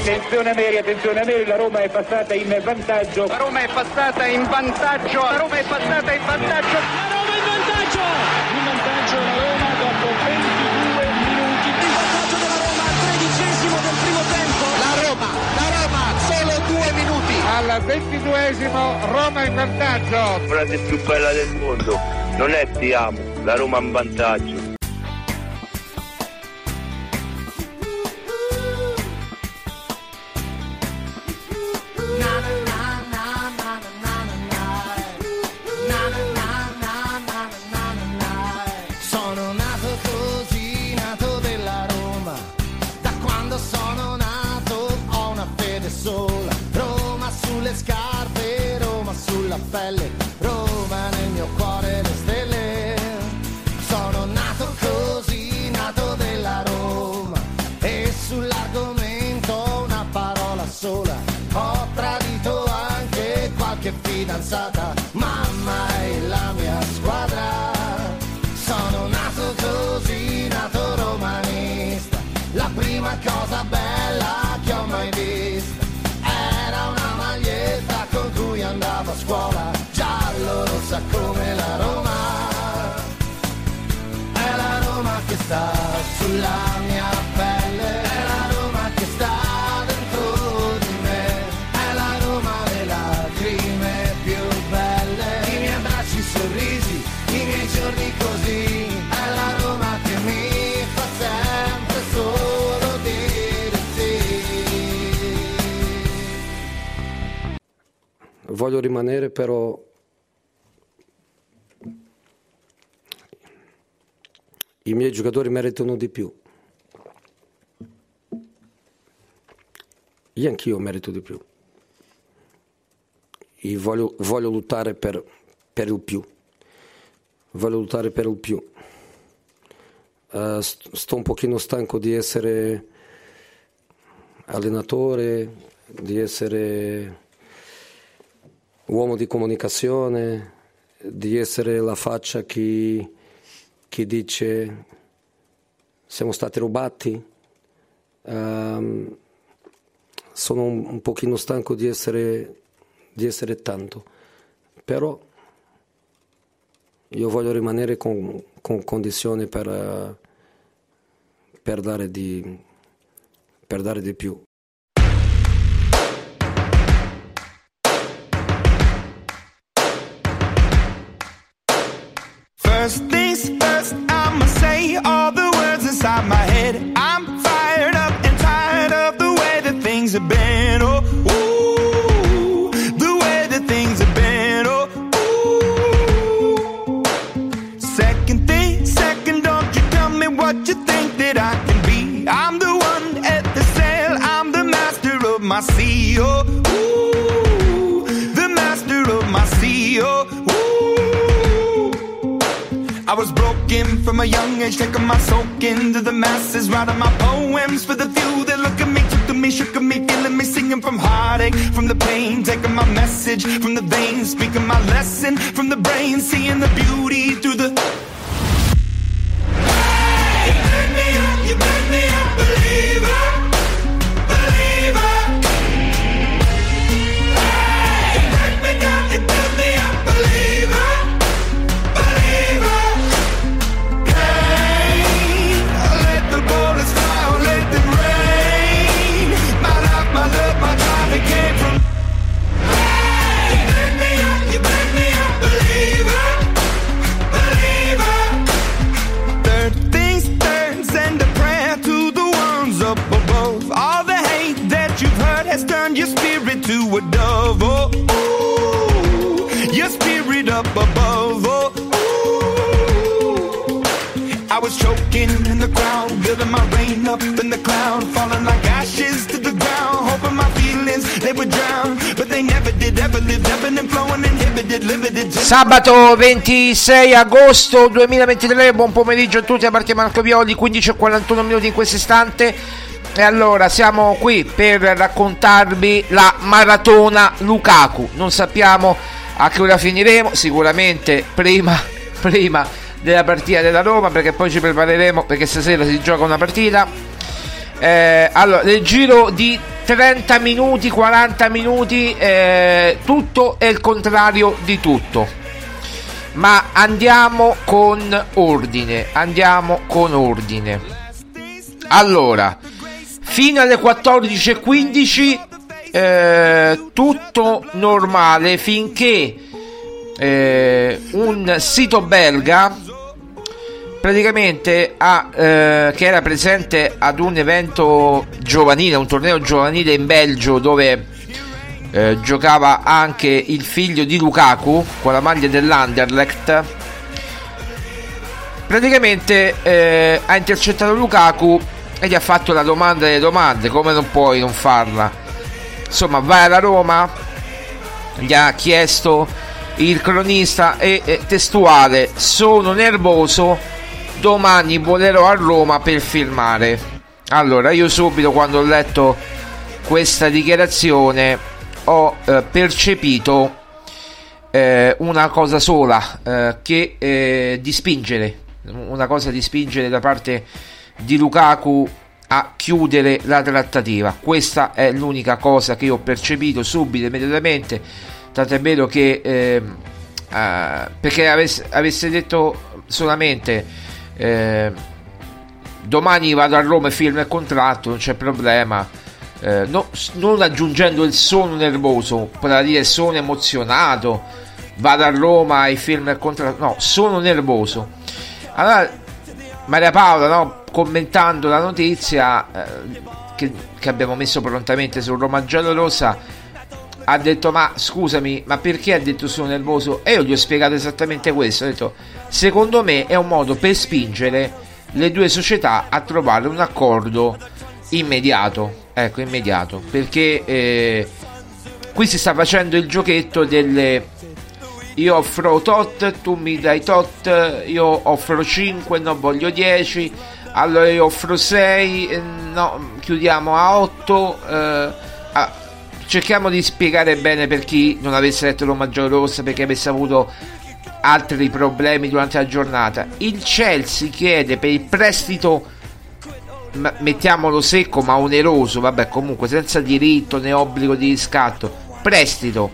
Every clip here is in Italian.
Attenzione Ameri, la Roma è passata in vantaggio. La Roma è passata in vantaggio. In vantaggio la Roma dopo 22 minuti. Il vantaggio della Roma al 13° del primo tempo. La Roma, solo 2 minuti. Al 22esimo Roma in vantaggio. La frase più bella del mondo non è ti amo, la Roma in vantaggio. Pelle, Roma nel mio cuore le stelle. Sono nato così, nato della Roma. E sull'argomento una parola sola. Ho tradito anche qualche fidanzata. Mamma è la mia squadra. Sono nato così, nato romanista. La prima cosa bella che ho mai visto era una maglietta con cui andavo a scuola, giallo rossa come la Roma. È la Roma che sta sulla mia pelle, è la Roma che sta dentro di me, è la Roma delle lacrime più belle, i miei abbracci, i sorrisi, i miei giorni così, è la Roma che mi fa sempre solo dire sì. Voglio rimanere, però i miei giocatori meritano di più. Io anch'io merito di più. Io voglio lottare per il più. Voglio lottare per il più. Sto un pochino stanco di essere allenatore, di essere uomo di comunicazione, di essere la faccia che dice siamo stati rubati. Sono un pochino stanco di essere tanto, però io voglio rimanere con condizioni per dare di più. First things first, I'ma say all the words inside my head. I'm fired up and tired of the way that things have been. Oh, ooh, the way that things have been. Oh, ooh. Second thing, second, don't you tell me what you think that I can be. I'm the one at the sail, I'm the master of my sea. Oh, ooh, the master of my sea. Oh, I was broken from a young age, taking my soak into the masses, writing my poems for the few that look at me, took to me, shook at me, feeling me, singing from heartache, from the pain, taking my message from the veins, speaking my lesson from the brain, seeing the beauty through the... Hey, you make me a believer, believer. Hey, you break me down, you build me a believer. Has turned your spirit to a dove, oh, ooh, your spirit up above, oh, ooh. I was choking in the crowd, building my rain up in the cloud, falling like ashes to the ground, hoping my feelings, they would drown, but they never did, ever lived, ebbing and flowing, inhibited, limited. Sabato 26 agosto 2023, buon pomeriggio a tutti da parte Marco Violi, 15:41 minuti in questo istante. E allora siamo qui per raccontarvi la maratona Lukaku. Non sappiamo a che ora finiremo, sicuramente prima della partita della Roma, perché poi ci prepareremo, perché stasera si gioca una partita. Allora, nel giro di 30 minuti, 40 minuti, tutto è il contrario di tutto. Ma andiamo con ordine. Allora, fino alle 14:15 tutto normale, finché un sito belga praticamente che era presente ad un evento giovanile, un torneo giovanile in Belgio, dove giocava anche il figlio di Lukaku con la maglia dell'Anderlecht. Praticamente ha intercettato Lukaku e gli ha fatto la domanda delle domande, come non puoi non farla. Insomma, vai alla Roma? Gli ha chiesto il cronista, e testuale: sono nervoso, domani volerò a Roma per filmare. Allora, io subito, quando ho letto questa dichiarazione, ho percepito una cosa sola, che di spingere, una cosa di spingere da parte di Lukaku a chiudere la trattativa. Questa è l'unica cosa che io ho percepito subito, immediatamente. Tanto è vero che perché avesse detto solamente domani vado a Roma e firmo il contratto, non c'è problema, non aggiungendo il sono nervoso, poteva dire sono emozionato, vado a Roma e firmo il contratto. No, sono nervoso. Allora Maria Paola, no, commentando la notizia che abbiamo messo prontamente su Roma Giallorossa, ha detto: ma scusami, ma perché ha detto sono nervoso? E io gli ho spiegato esattamente questo. Ho detto: secondo me è un modo per spingere le due società a trovare un accordo immediato, perché qui si sta facendo il giochetto delle: io offro tot, tu mi dai tot, io offro 5, no, voglio 10, allora io offro 6, no, chiudiamo a 8. Cerchiamo di spiegare bene, per chi non avesse letto Roma Giallorossa, perché avesse avuto altri problemi durante la giornata. Il Chelsea chiede per il prestito, mettiamolo secco ma oneroso, vabbè, comunque senza diritto né obbligo di riscatto, prestito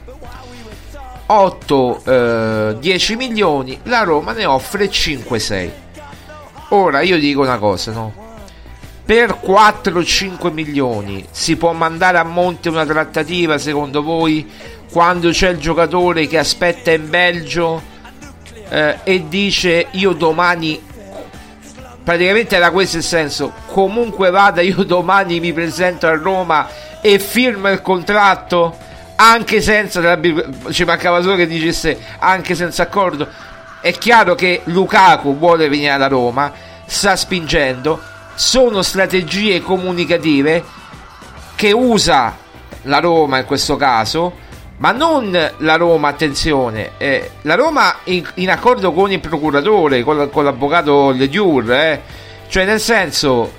8-10 milioni, la Roma ne offre 5-6. Ora io dico una cosa, no? Per 4-5 milioni si può mandare a monte una trattativa, secondo voi, quando c'è il giocatore che aspetta in Belgio e dice: io domani, praticamente era questo il senso, comunque vada, io domani mi presento a Roma e firmo il contratto, anche senza, ci mancava solo che dicesse anche senza accordo. È chiaro che Lukaku vuole venire alla Roma, sta spingendo. Sono strategie comunicative che usa la Roma in questo caso, ma non la Roma, attenzione, la Roma in accordo con il procuratore, con l'avvocato Lediur, cioè nel senso,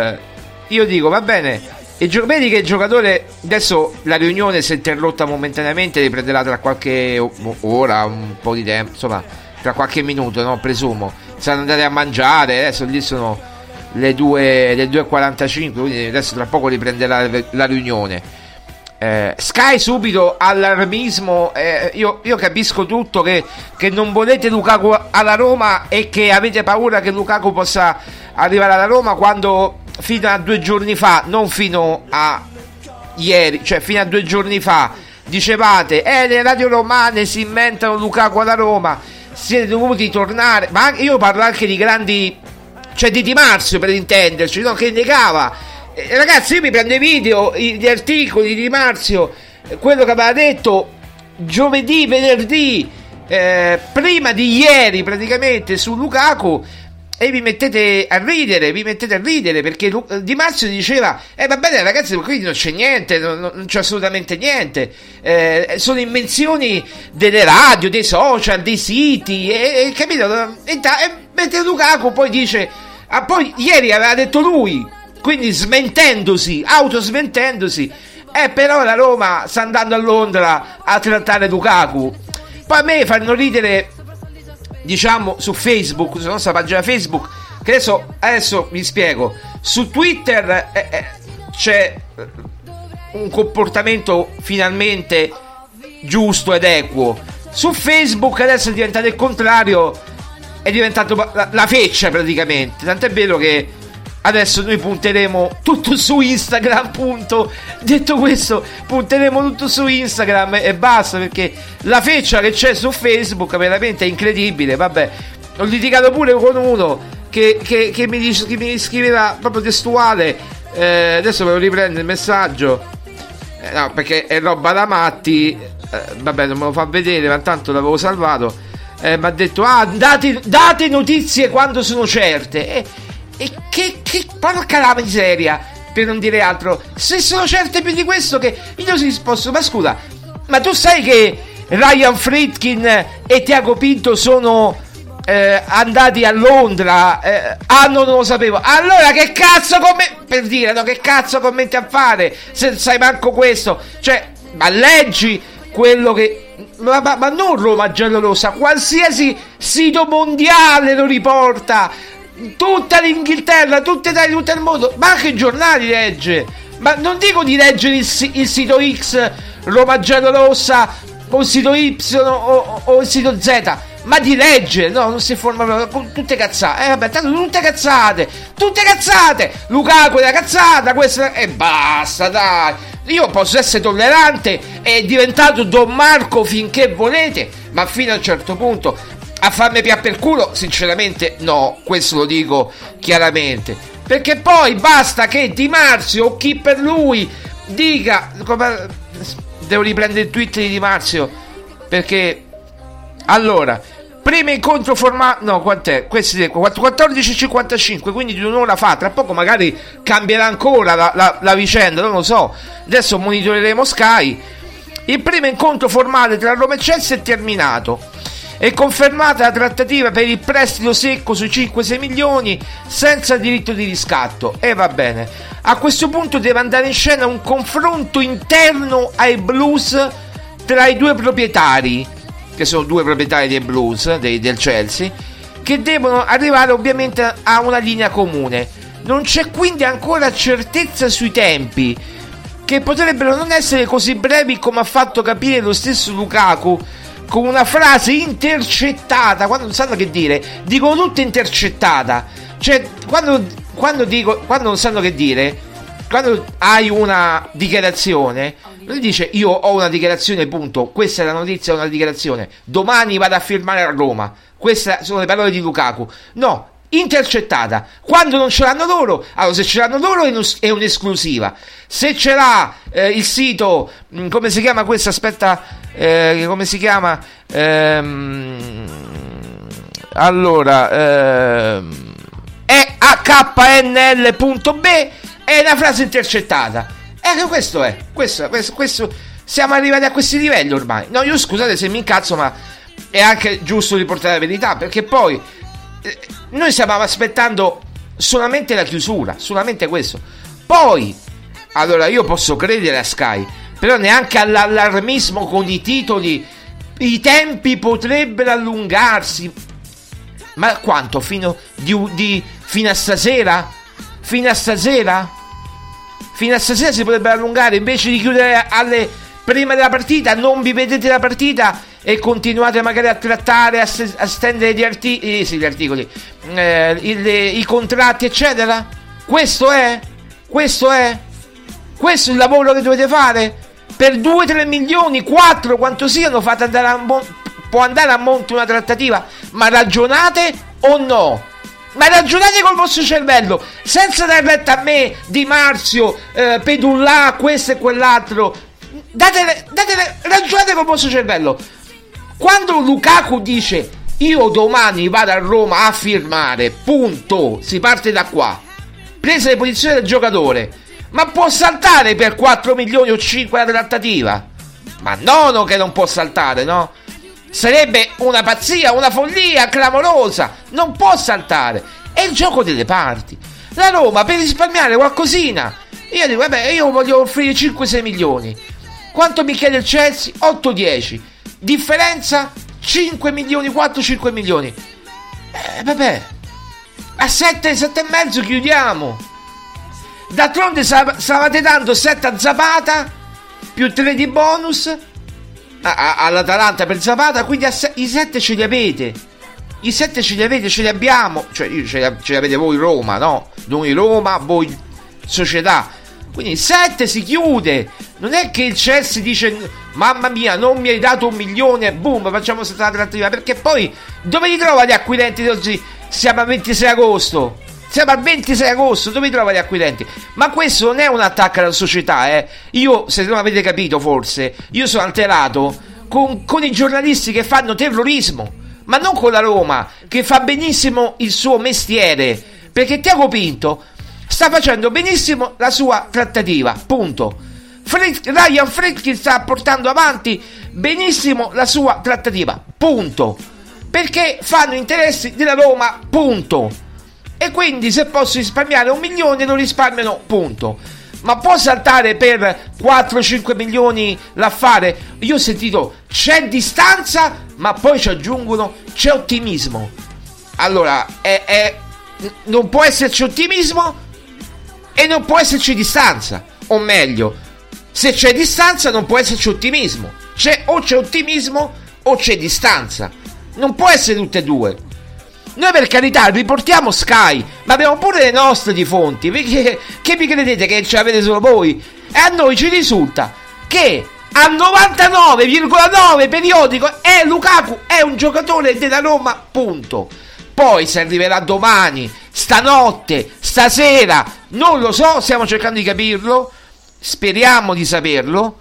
io dico va bene, e vedi che il giocatore, adesso la riunione si è interrotta momentaneamente, riprenderà tra qualche ora, un po' di tempo, insomma tra qualche minuto, no, presumo, saranno andati a mangiare, adesso lì sono le 2:45, quindi adesso tra poco riprenderà la riunione. Sky subito allarmismo, io capisco tutto, che non volete Lukaku alla Roma e che avete paura che Lukaku possa arrivare alla Roma, quando fino a 2 giorni fa, non fino a ieri, cioè fino a 2 giorni fa dicevate le radio romane si inventano Lukaku alla Roma, siete dovuti tornare, ma io parlo anche di grandi, cioè di Di Marzio, per intenderci, no? Che negava. Ragazzi, io mi prendo i video, gli articoli di Di Marzio, quello che aveva detto giovedì, venerdì, prima di ieri praticamente, su Lukaku, e vi mettete a ridere, perché Di Marzio diceva va bene ragazzi, quindi non c'è niente, non c'è assolutamente niente, sono invenzioni delle radio, dei social, dei siti, capito? Mentre Lukaku poi dice, poi ieri aveva detto lui, quindi autosmentendosi, però la Roma sta andando a Londra a trattare Lukaku. Poi a me fanno ridere, diciamo, su Facebook, sulla nostra pagina Facebook, che adesso vi spiego. Su Twitter c'è un comportamento finalmente giusto ed equo. Su Facebook adesso è diventato il contrario, è diventato la feccia praticamente, tant'è vero che adesso noi punteremo tutto su Instagram, punto. Detto questo, punteremo tutto su Instagram e basta, perché la feccia che c'è su Facebook veramente è incredibile. Vabbè, ho litigato pure con uno che mi scriveva proprio testuale, adesso ve lo riprendo il messaggio, no, perché è roba da matti, vabbè, non me lo fa vedere, ma tanto l'avevo salvato. Mi ha detto: date notizie quando sono certe. E che porca la miseria, per non dire altro. Se sono certe più di questo, che io si risposto: ma scusa, ma tu sai che Ryan Friedkin e Tiago Pinto sono andati a Londra? Non lo sapevo. Allora che cazzo per dire, no, che cazzo commenti a fare se sai manco questo? Cioè, ma leggi quello che ma non Roma giallorossa, qualsiasi sito mondiale lo riporta, tutta l'Inghilterra, tutte Italia, tutto il mondo, ma anche i giornali legge. Ma non dico di leggere il sito X, Roma giallorossa, o il sito Y o il sito Z, ma di leggere, no, non si informa con tutte cazzate. Vabbè, tanto tutte cazzate. Lukaku è una cazzata, questa e basta, dai. Io posso essere tollerante, è diventato Don Marco finché volete, ma fino a un certo punto a farmi pià per culo, sinceramente no, questo lo dico chiaramente, perché poi basta che Di Marzio o chi per lui dica, devo riprendere il tweet di Di Marzio, perché allora, primo incontro formato, no, quant'è? Questi 14:55, quindi di un'ora fa. Tra poco magari cambierà ancora la vicenda, non lo so. Adesso monitoreremo Sky. Il primo incontro formale tra Roma e Chelsea è terminato. È confermata la trattativa per il prestito secco sui 5-6 milioni senza diritto di riscatto. E va bene. A questo punto deve andare in scena un confronto interno ai Blues tra i due proprietari, che sono due proprietari dei Blues, del Chelsea, che devono arrivare ovviamente a una linea comune. Non c'è quindi ancora certezza sui tempi, che potrebbero non essere così brevi come ha fatto capire lo stesso Lukaku con una frase intercettata. Quando non sanno che dire, dicono tutto intercettata. Cioè, quando non sanno che dire, quando hai una dichiarazione, lui dice: io ho una dichiarazione, punto, questa è la notizia, è una dichiarazione, domani vado a firmare a Roma, queste sono le parole di Lukaku. No, intercettata. Quando non ce l'hanno loro, allora se ce l'hanno loro è un'esclusiva. Se ce l'ha il sito, come si chiama questo? Aspetta, come si chiama? Allora, è aknl.b, è una frase intercettata. Questo è. Siamo arrivati a questi livelli ormai. No, io scusate se mi incazzo, ma è anche giusto riportare la verità, perché poi noi stavamo aspettando solamente la chiusura, solamente questo. Poi, allora io posso credere a Sky, però neanche all'allarmismo con i titoli. I tempi potrebbero allungarsi. Ma quanto? Fino a stasera? Fino a stasera si potrebbe allungare, invece di chiudere prima della partita. Non vi vedete la partita e continuate magari a trattare, a stendere gli articoli, i contratti, eccetera. Questo è il lavoro che dovete fare? Per 2-3 milioni, 4, quanto siano, fate può andare a monte una trattativa. Ma ragionate o no? Ma ragionate col vostro cervello, senza dar retta a me, Di Marzio, Pedullà, questo e quell'altro. Ragionate col vostro cervello. Quando Lukaku dice: io domani vado a Roma a firmare, punto, si parte da qua, presa le posizioni del giocatore, ma può saltare per 4 milioni o 5 la trattativa? Ma no, che non può saltare, no? Sarebbe una pazzia, una follia clamorosa. Non può saltare. È il gioco delle parti. La Roma, per risparmiare qualcosina, io dico: vabbè, io voglio offrire 5-6 milioni. Quanto mi chiede il Chelsea? 8-10. Differenza 5 milioni, 4-5 milioni. Vabbè, a 7 e mezzo chiudiamo. D'altronde stavate dando 7 a Zapata più 3 di bonus all'Atalanta per Zapata, quindi i 7 ce li avete. I 7 ce li abbiamo. Cioè ce li avete voi Roma, no? Noi Roma, voi società. Quindi 7 si chiude. Non è che il Chelsea dice mamma mia non mi hai dato 1 milione, boom, facciamo stata la trattativa. Perché poi dove li trova gli acquirenti di oggi? Siamo al 26 agosto. Dove li trova gli acquirenti? Ma questo non è un attacco alla società, Io, se non avete capito forse, io sono alterato con i giornalisti che fanno terrorismo, ma non con la Roma, che fa benissimo il suo mestiere, perché Tiago Pinto sta facendo benissimo la sua trattativa, punto. Ryan Friedkin sta portando avanti benissimo la sua trattativa, punto, perché fanno interessi della Roma, punto. E quindi se posso risparmiare 1 milione lo risparmiano, punto. Ma può saltare per 4-5 milioni l'affare? Io ho sentito c'è distanza, ma poi ci aggiungono c'è ottimismo. Allora non può esserci ottimismo e non può esserci distanza. O meglio, se c'è distanza non può esserci ottimismo. C'è ottimismo o c'è distanza. Non può essere tutte e due. Noi per carità riportiamo Sky, ma abbiamo pure le nostre di fonti. Perché che vi credete che ce l'avete solo voi? E a noi ci risulta che al 99,9 periodico Lukaku è un giocatore della Roma, punto. Poi se arriverà domani, stanotte, stasera, non lo so, stiamo cercando di capirlo. Speriamo di saperlo,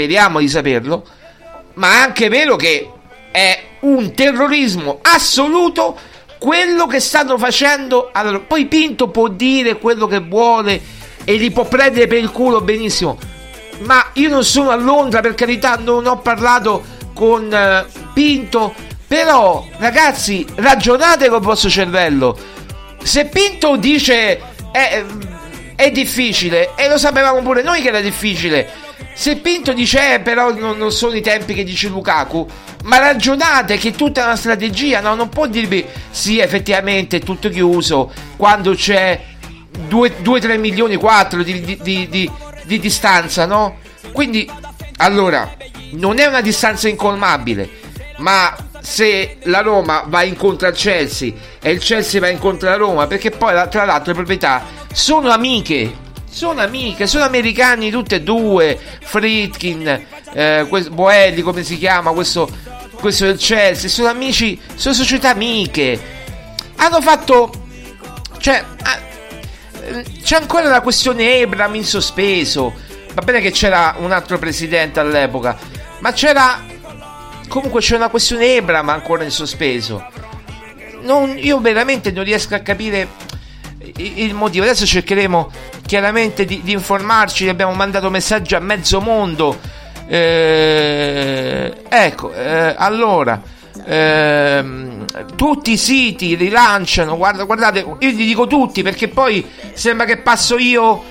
ma è anche vero che è un terrorismo assoluto quello che stanno facendo. Allora, poi Pinto può dire quello che vuole e li può prendere per il culo benissimo, ma io non sono a Londra, per carità, non ho parlato con Pinto, però ragazzi ragionate col vostro cervello. Se Pinto dice è difficile, e lo sapevamo pure noi che era difficile, se Pinto dice però non sono i tempi che dice Lukaku, ma ragionate che tutta è una strategia, no? Non può dirvi sì effettivamente è tutto chiuso quando c'è 2-3 milioni 4 di distanza, no? Quindi allora non è una distanza incolmabile, ma se la Roma va incontro al Chelsea e il Chelsea va incontro alla Roma, perché poi tra l'altro le proprietà sono amiche, sono americani tutte e due, Friedkin, Boelli, come si chiama questo del Chelsea, sono amici, sono società amiche, hanno fatto, cioè c'è ancora la questione Ebram in sospeso, va bene che c'era un altro presidente all'epoca, ma c'era una questione Ebram ancora in sospeso. Io veramente non riesco a capire il motivo. Adesso cercheremo chiaramente di informarci, abbiamo mandato messaggi a mezzo mondo. Allora tutti i siti rilanciano, guardate, io vi dico tutti perché poi sembra che passo io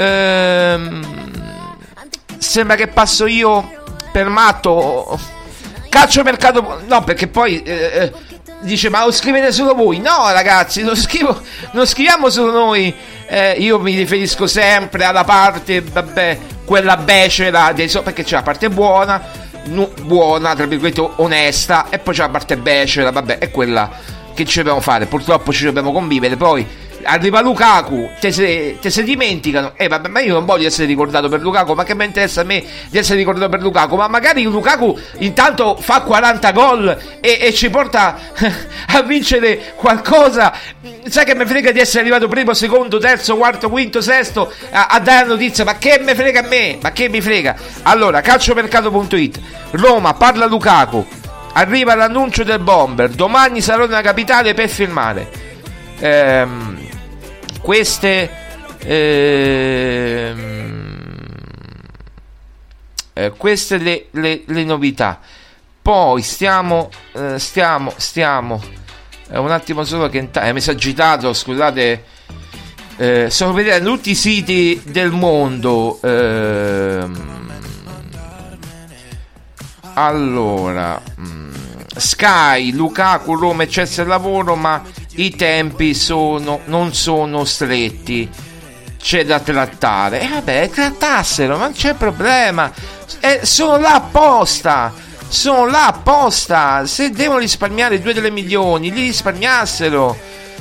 per matto. Calciomercato, no, perché poi dice ma lo scrivete solo voi. No ragazzi, non scriviamo solo noi, io mi riferisco sempre alla parte, vabbè, quella becera perché c'è la parte buona tra virgolette onesta, e poi c'è la parte becera, vabbè, è quella che ci dobbiamo fare, purtroppo ci dobbiamo convivere. Poi arriva Lukaku, te se dimenticano, vabbè, ma io non voglio essere ricordato per Lukaku, ma che mi interessa a me di essere ricordato per Lukaku? Ma magari Lukaku intanto fa 40 gol e ci porta a vincere qualcosa. Sai che me frega di essere arrivato primo, secondo, terzo, quarto, quinto, sesto a dare la notizia? Ma che me frega a me? Ma che mi frega? Allora, calciomercato.it, Roma, parla Lukaku, arriva l'annuncio del bomber, domani sarò nella capitale per firmare. Queste le novità. Poi stiamo un attimo solo che mi sono agitato, scusate, sto vedendo tutti i siti del mondo. Allora, Sky, Lukaku, Roma e Chelsea al lavoro, ma i tempi non sono stretti. c'è da trattare. Vabbè, trattassero, ma non c'è problema. Sono là apposta. Se devono risparmiare 2-3 milioni, li risparmiassero.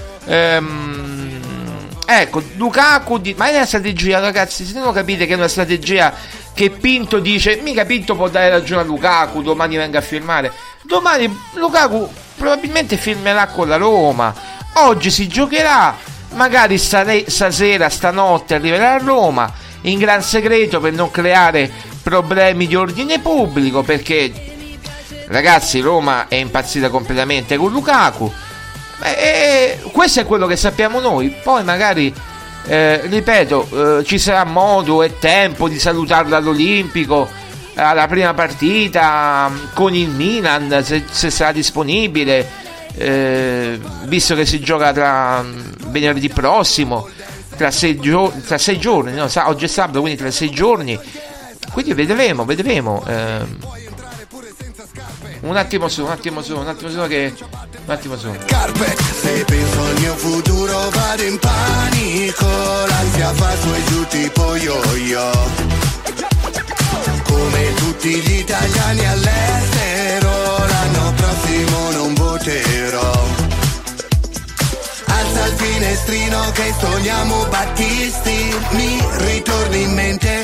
Ecco, Lukaku, ma è una strategia, ragazzi. Se non capite che è una strategia che Pinto dice, mica Pinto può dare ragione a Lukaku, domani venga a firmare. Domani Lukaku probabilmente firmerà con la Roma. Oggi si giocherà, magari stasera, stanotte arriverà a Roma in gran segreto per non creare problemi di ordine pubblico, perché ragazzi, Roma è impazzita completamente con Lukaku. Questo è quello che sappiamo noi. Poi magari ripeto, ci sarà modo e tempo di salutarlo all'Olimpico alla prima partita con il Milan, se sarà disponibile, visto che si gioca tra venerdì prossimo, tra 6 giorni, no? Oggi è sabato, quindi tra 6 giorni, quindi vedremo. Un attimo solo che Carpe, se penso al mio futuro vado in panico, l'ansia fa su e giù tipo yo-yo. Come tutti gli italiani all'estero, l'anno prossimo non voterò. Alza il finestrino che sogniamo Battisti, mi ritorni in mente.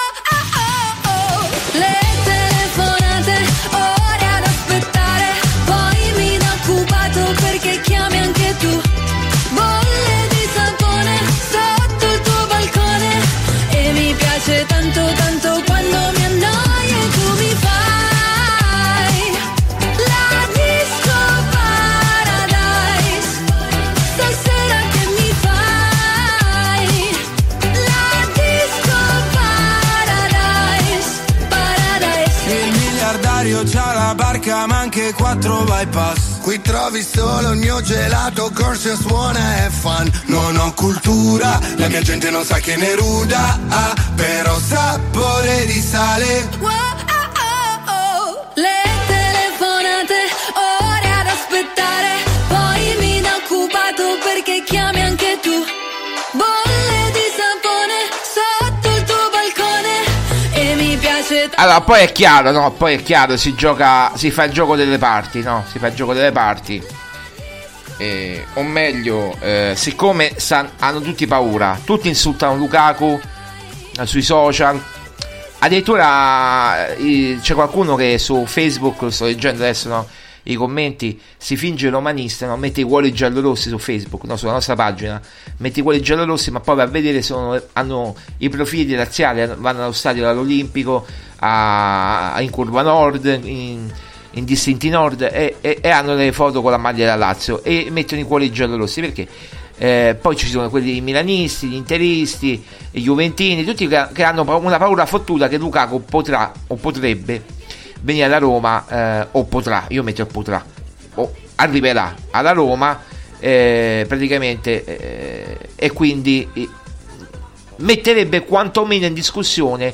Le telefonate, ore ad aspettare, poi mi da occupato perché chiami anche tu. Bolle di sapone sotto il tuo balcone, e mi piace tanto tanto quando mi annoio e tu mi fai la disco paradise. Stasera che mi fai la disco paradise. Il miliardario c'ha la barca ma anche 4 bypass. Qui trovi solo il mio gelato, corso suona e fan. Non ho cultura, la mia gente non sa che ne ruda, però sapore di sale. Le telefonate, ore ad aspettare, poi mi da occupato perché chiami anche tu. Bolle di sapone sotto il tuo balcone, e mi piace. Allora, poi è chiaro, no? Poi è chiaro, si fa il gioco delle parti, no? Si fa il gioco delle parti. O meglio, siccome hanno tutti paura, tutti insultano Lukaku sui social. Addirittura c'è qualcuno che su Facebook, lo sto leggendo adesso, no? I commenti, si finge romanista, no? Mette i cuori giallorossi su Facebook, no? Sulla nostra pagina mette i cuori giallorossi, ma poi va a vedere hanno i profili razziali, vanno allo stadio dall'Olimpico in Curva Nord, in Distinti Nord, e hanno le foto con la maglia della Lazio e mettono i cuori giallorossi, perché poi ci sono quelli milanisti, gli interisti, i juventini, tutti che hanno una paura fottuta che Lukaku potrà o potrebbe venire alla Roma, o potrà, io metto il potrà, o arriverà alla Roma praticamente, e quindi metterebbe quantomeno in discussione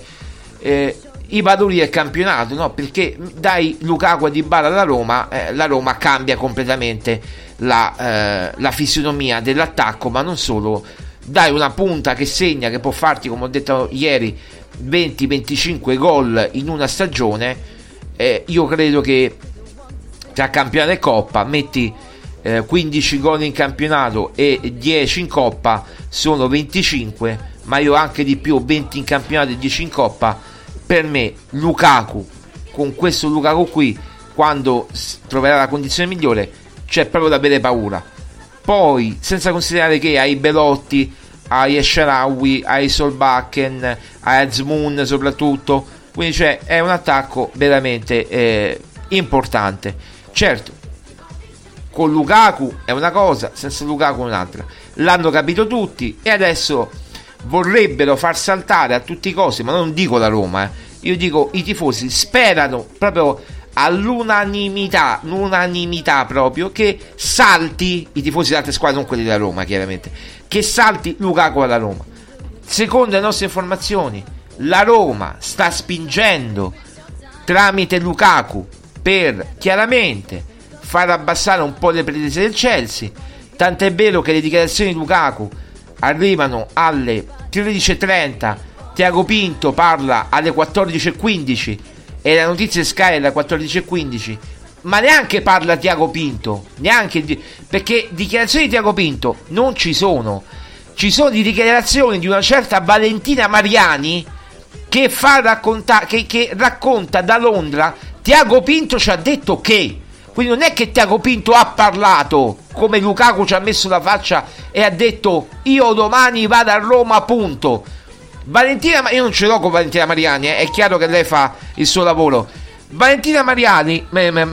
i valori del campionato, no? Perché dai Lukaku e Dybala alla Roma, la Roma cambia completamente la fisionomia dell'attacco, ma non solo, dai una punta che segna, che può farti, come ho detto ieri, 20-25 gol in una stagione. Io credo che tra campionato e coppa metti 15 gol in campionato e 10 in coppa, sono 25, ma io anche di più, 20 in campionato e 10 in coppa. Per me Lukaku, con questo Lukaku qui, quando troverà la condizione migliore, c'è proprio da avere paura. Poi senza considerare che hai Belotti, hai Esharawi, hai Solbakken, hai Azmoun soprattutto, quindi è un attacco veramente importante. Certo, con Lukaku è una cosa, senza Lukaku è un'altra, l'hanno capito tutti e adesso vorrebbero far saltare a tutti i costi, ma non dico la Roma, io dico i tifosi sperano proprio all'unanimità proprio che salti, i tifosi delle altre squadre, non quelli della Roma chiaramente, che salti Lukaku alla Roma. Secondo le nostre informazioni, la Roma sta spingendo tramite Lukaku per chiaramente far abbassare un po' le pretese del Chelsea, tant'è vero che le dichiarazioni di Lukaku arrivano alle 13:30 Tiago Pinto parla alle 14:15 e la notizia Sky è alle 14:15, ma neanche parla Tiago Pinto, perché dichiarazioni di Tiago Pinto non ci sono. Ci sono di dichiarazioni di una certa Valentina Mariani che che racconta da Londra. Tiago Pinto ci ha detto che, quindi non è che Tiago Pinto ha parlato come Lukaku ci ha messo la faccia e ha detto io domani vado a Roma, punto. Valentina, io non ce l'ho con Valentina Mariani, è chiaro che lei fa il suo lavoro. Valentina Mariani,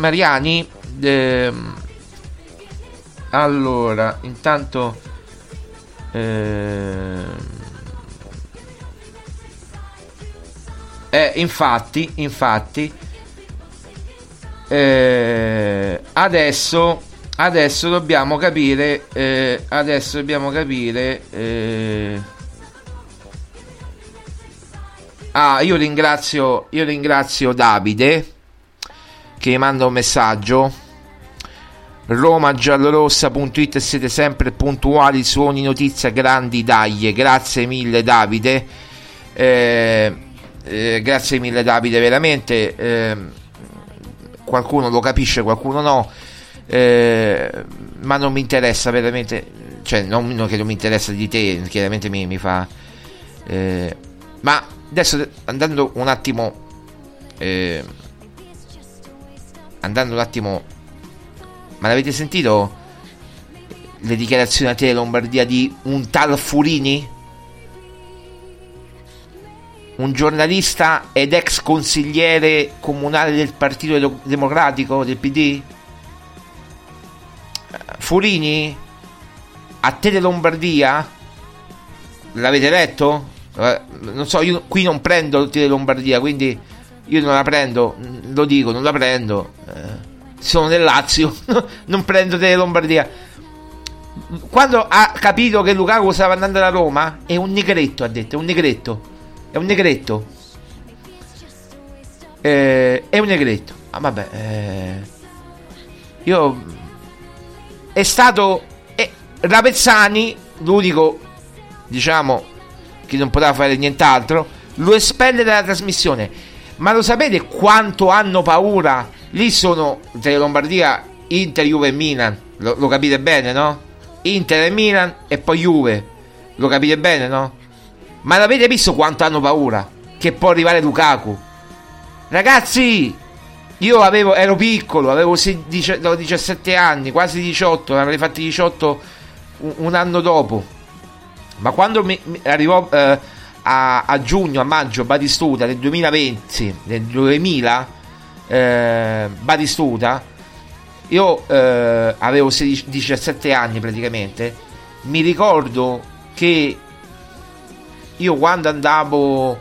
allora intanto infatti adesso dobbiamo capire io ringrazio Davide che mi manda un messaggio. romagiallorossa.it, siete sempre puntuali su ogni notizia, grandi daglie. Grazie mille Davide, veramente. Qualcuno lo capisce, qualcuno no, ma non mi interessa veramente, cioè non che non mi interessa di te, chiaramente mi fa ma adesso andando un attimo ma l'avete sentito le dichiarazioni a Tele Lombardia di un tal Furini, un giornalista ed ex consigliere comunale del Partito Democratico, del PD? Furini a Tele Lombardia, l'avete letto? Non so, io qui non prendo Tele Lombardia, quindi io non la prendo, lo dico, non la prendo, sono del Lazio, non prendo Tele Lombardia. Quando ha capito che Lukaku stava andando alla Roma, è un negretto, ha detto, è un negretto. È un negretto. Ah, vabbè. Io è stato Ravezzani, l'unico, diciamo, che non poteva fare nient'altro, lo espelle dalla trasmissione. Ma lo sapete quanto hanno paura? Lì sono Tele Lombardia, Inter, Juve e Milan. Lo capite bene, no? Inter e Milan e poi Juve. Lo capite bene, no? Ma l'avete visto quanto hanno paura che può arrivare Lukaku? Ragazzi, io ero piccolo, avevo 17 anni, quasi 18, ne avrei fatti 18 un anno dopo. Ma quando mi arrivò a giugno, a maggio Batistuta nel 2000, Batistuta, io avevo 17 anni praticamente. Mi ricordo che io quando andavo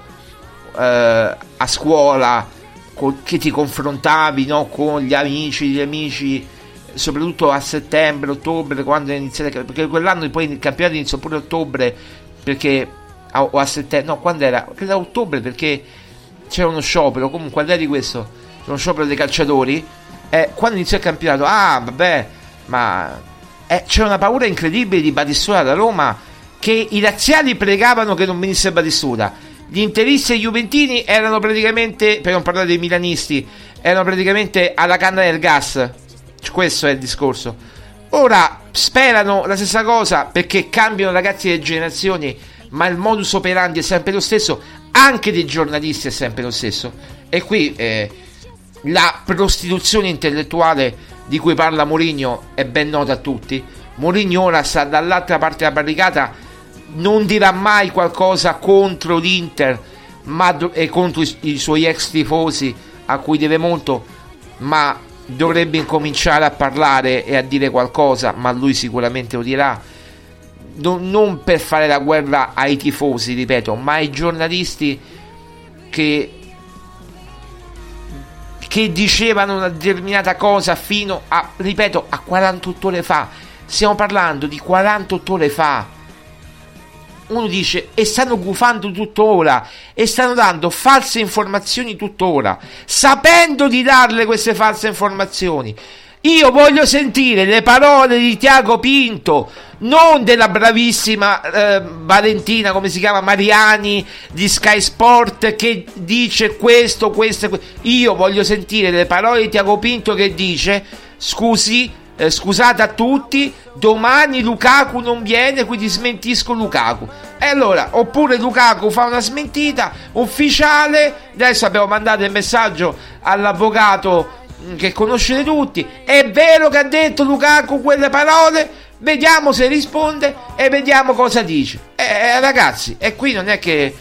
a scuola, che ti confrontavi, no, con gli amici, soprattutto a settembre, ottobre, quando è iniziato, perché quell'anno poi il campionato iniziò pure a ottobre, perché o a settembre, no, quando era? Credo a ottobre, perché c'era uno sciopero, comunque al di là di questo, uno sciopero dei calciatori, quando iniziò il campionato, vabbè, ma c'era una paura incredibile di Batistuta da Roma, che i razziali pregavano che non venisse Batistuta. Gli interisti e gli juventini erano praticamente, per non parlare dei milanisti, erano praticamente alla canna del gas. Questo è il discorso. Ora sperano la stessa cosa, perché cambiano ragazzi delle generazioni, ma il modus operandi è sempre lo stesso, anche dei giornalisti è sempre lo stesso. E qui la prostituzione intellettuale di cui parla Mourinho è ben nota a tutti. Mourinho ora sta dall'altra parte della barricata, non dirà mai qualcosa contro l'Inter e contro i suoi ex tifosi, a cui deve molto, ma dovrebbe incominciare a parlare e a dire qualcosa, ma lui sicuramente lo dirà, non per fare la guerra ai tifosi, ripeto, ma ai giornalisti che dicevano una determinata cosa fino a, ripeto, a 48 ore fa. Stiamo parlando di 48 ore fa. Uno dice, e stanno gufando tuttora, e stanno dando false informazioni tuttora, sapendo di darle queste false informazioni. Io voglio sentire le parole di Tiago Pinto, non della bravissima Valentina, come si chiama, Mariani di Sky Sport, che dice questo. Io voglio sentire le parole di Tiago Pinto che dice: scusate a tutti, domani Lukaku non viene, quindi smentisco Lukaku. E allora, oppure Lukaku fa una smentita ufficiale. Adesso abbiamo mandato il messaggio all'avvocato che conoscete tutti: è vero che ha detto Lukaku quelle parole? Vediamo se risponde e vediamo cosa dice. Ragazzi, e qui non è che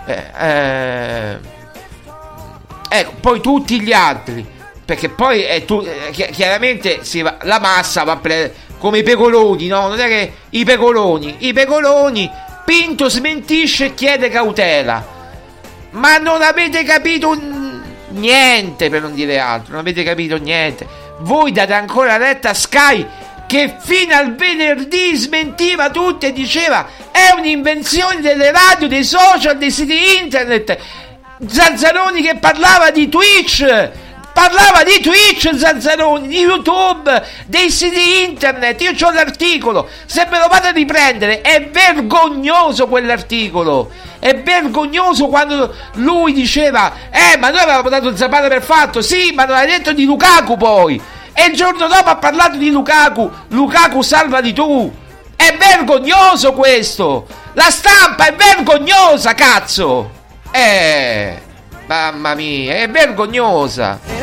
ecco, poi tutti gli altri, perché poi chiaramente la massa va come i pecoroni, no? Non è che i pecoroni, Pinto smentisce e chiede cautela. Ma non avete capito niente, per non dire altro, non avete capito niente. Voi date ancora retta a Sky, che fino al venerdì smentiva tutto e diceva è un'invenzione delle radio, dei social, dei siti internet. Zanzaroni che parlava di Twitch, Zanzaroni, di YouTube, dei siti internet. Io c'ho l'articolo, se me lo vado a riprendere. È vergognoso quell'articolo, è vergognoso quando lui diceva ma noi avevamo dato Zapata per fatto, sì, ma non ha detto di Lukaku poi, e il giorno dopo ha parlato di Lukaku salvati tu. È vergognoso questo, la stampa è vergognosa, cazzo, mamma mia, è vergognosa.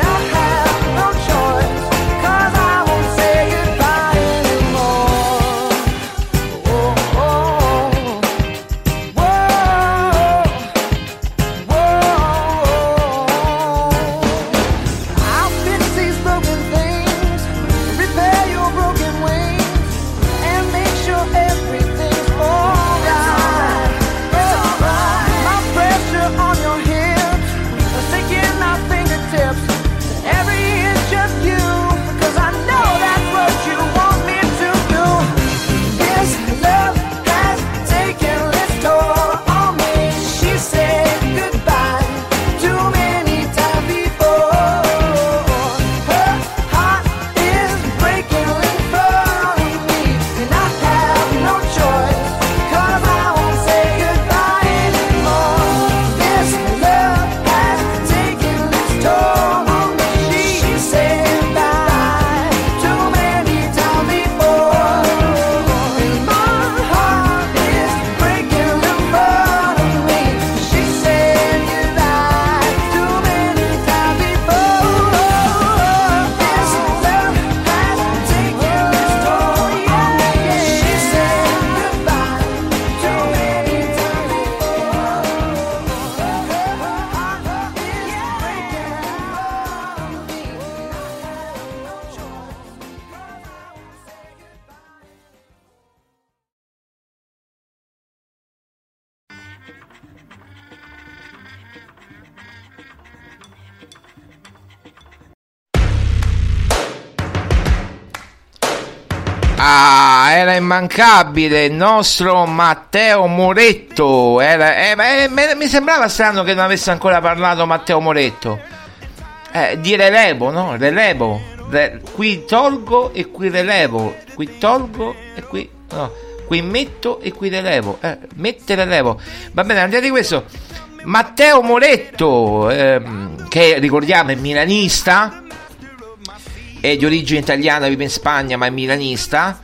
Era immancabile il nostro Matteo Moretto. Mi sembrava strano che non avesse ancora parlato Matteo Moretto. Di relevo, no? Relevo. Qui tolgo e qui relevo. Qui tolgo e qui no. Qui metto e qui relevo. Mette relevo. Va bene, al di là di questo, Matteo Moretto, che ricordiamo è milanista, è di origine italiana, vive in Spagna ma è milanista.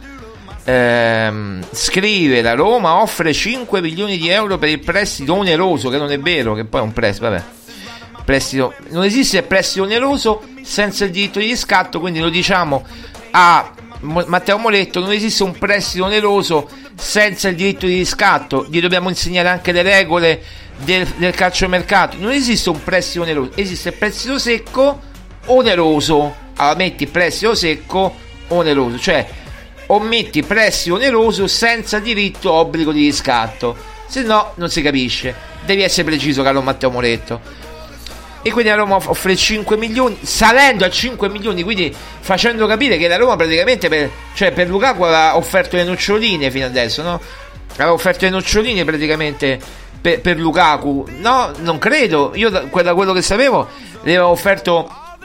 Scrive: la Roma offre 5 milioni di euro per il prestito oneroso, che non è vero, che poi è un prestito, vabbè, prestito, non esiste il prestito oneroso senza il diritto di riscatto, quindi lo diciamo a Matteo Moretto: non esiste un prestito oneroso senza il diritto di riscatto. Gli dobbiamo insegnare anche le regole del calciomercato. Non esiste un prestito oneroso, esiste il prestito secco oneroso. Allora metti prestito secco oneroso, cioè o metti prestito oneroso senza diritto obbligo di riscatto, se no non si capisce. Devi essere preciso, caro Matteo Moretto. E quindi la Roma offre 5 milioni, salendo a 5 milioni, quindi facendo capire che la Roma praticamente per Lukaku aveva offerto le noccioline fino adesso, no? Aveva offerto le noccioline praticamente per Lukaku. No, non credo. Io da quello che sapevo le aveva offerto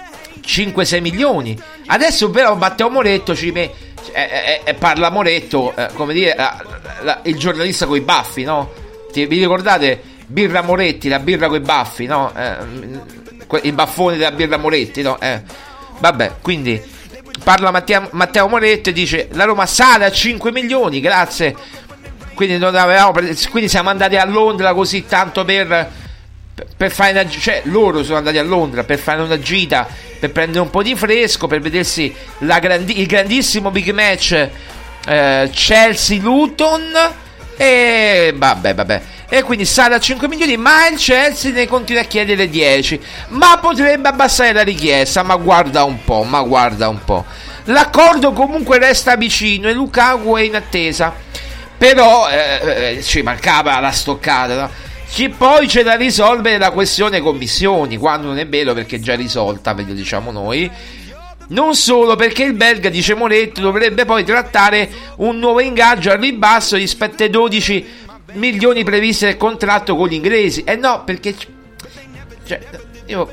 5-6 milioni. Adesso però Matteo Moretto parla Moretto, come dire, il giornalista coi baffi, no? Vi ricordate Birra Moretti, la birra coi baffi, no? I baffoni della birra Moretti, no? Vabbè, quindi parla Matteo Moretto e dice la Roma sale a 5 milioni, grazie. Quindi quindi siamo andati a Londra così tanto per fare una, cioè loro sono andati a Londra per fare una gita, per prendere un po' di fresco, per vedersi il grandissimo big match Chelsea-Luton, e vabbè, e quindi sale a 5 milioni, ma il Chelsea ne continua a chiedere 10, ma potrebbe abbassare la richiesta, ma guarda un po'. L'accordo comunque resta vicino e Lukaku è in attesa, però ci mancava la stoccata, no? Poi c'è da risolvere la questione commissioni, quando non è vero, perché è già risolta, meglio diciamo noi. Non solo perché il belga, dice Moretto, dovrebbe poi trattare un nuovo ingaggio al ribasso rispetto ai 12 milioni previsti nel contratto con gli inglesi. No, perché io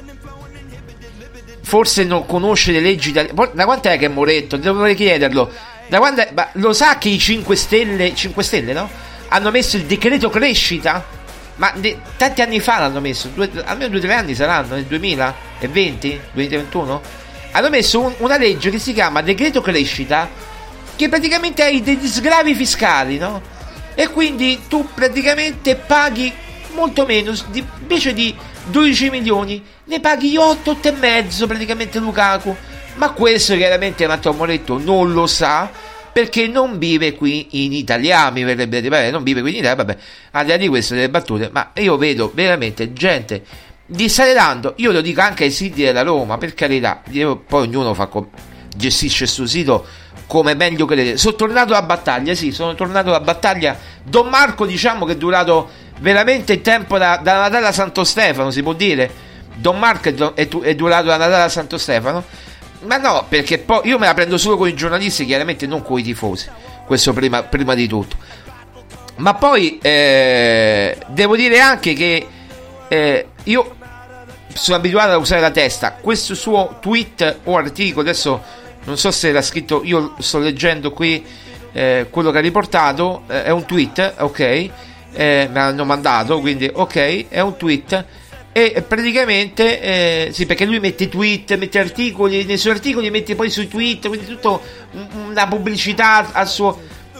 forse non conosce le leggi italiane. Da quanto è che è Moretto? Dovrei chiederlo. Lo sa che i 5 Stelle, no? Hanno messo il decreto crescita? Ma tanti anni fa l'hanno messo, almeno 2-3 anni saranno, nel 2020, 2021. Hanno messo una legge che si chiama decreto crescita, che praticamente hai degli sgravi fiscali, no? E quindi tu praticamente paghi molto meno, invece di 12 milioni ne paghi 8,5 praticamente Lukaku. Ma questo chiaramente Matteo Moretto non lo sa, perché non vive qui in Italia, mi verrebbe da dire, non vive qui in Italia, vabbè, al di là di queste delle battute, ma io vedo veramente gente di stare dando, io lo dico anche ai siti della Roma, per carità, poi ognuno gestisce il suo sito come meglio crede. Sono tornato alla battaglia, Don Marco diciamo che è durato veramente il tempo da Natale a Santo Stefano, si può dire, Don Marco è durato da Natale a Santo Stefano. Ma no, perché poi io me la prendo solo con i giornalisti, chiaramente non con i tifosi, questo prima di tutto. Ma poi devo dire anche che io sono abituato a usare la testa. Questo suo tweet o articolo, adesso non so se era scritto, io sto leggendo qui quello che ha riportato, è un tweet, ok, me l'hanno mandato, quindi ok, è un tweet. E praticamente sì, perché lui mette tweet, mette articoli, nei suoi articoli mette poi sui tweet, quindi tutto una pubblicità al suo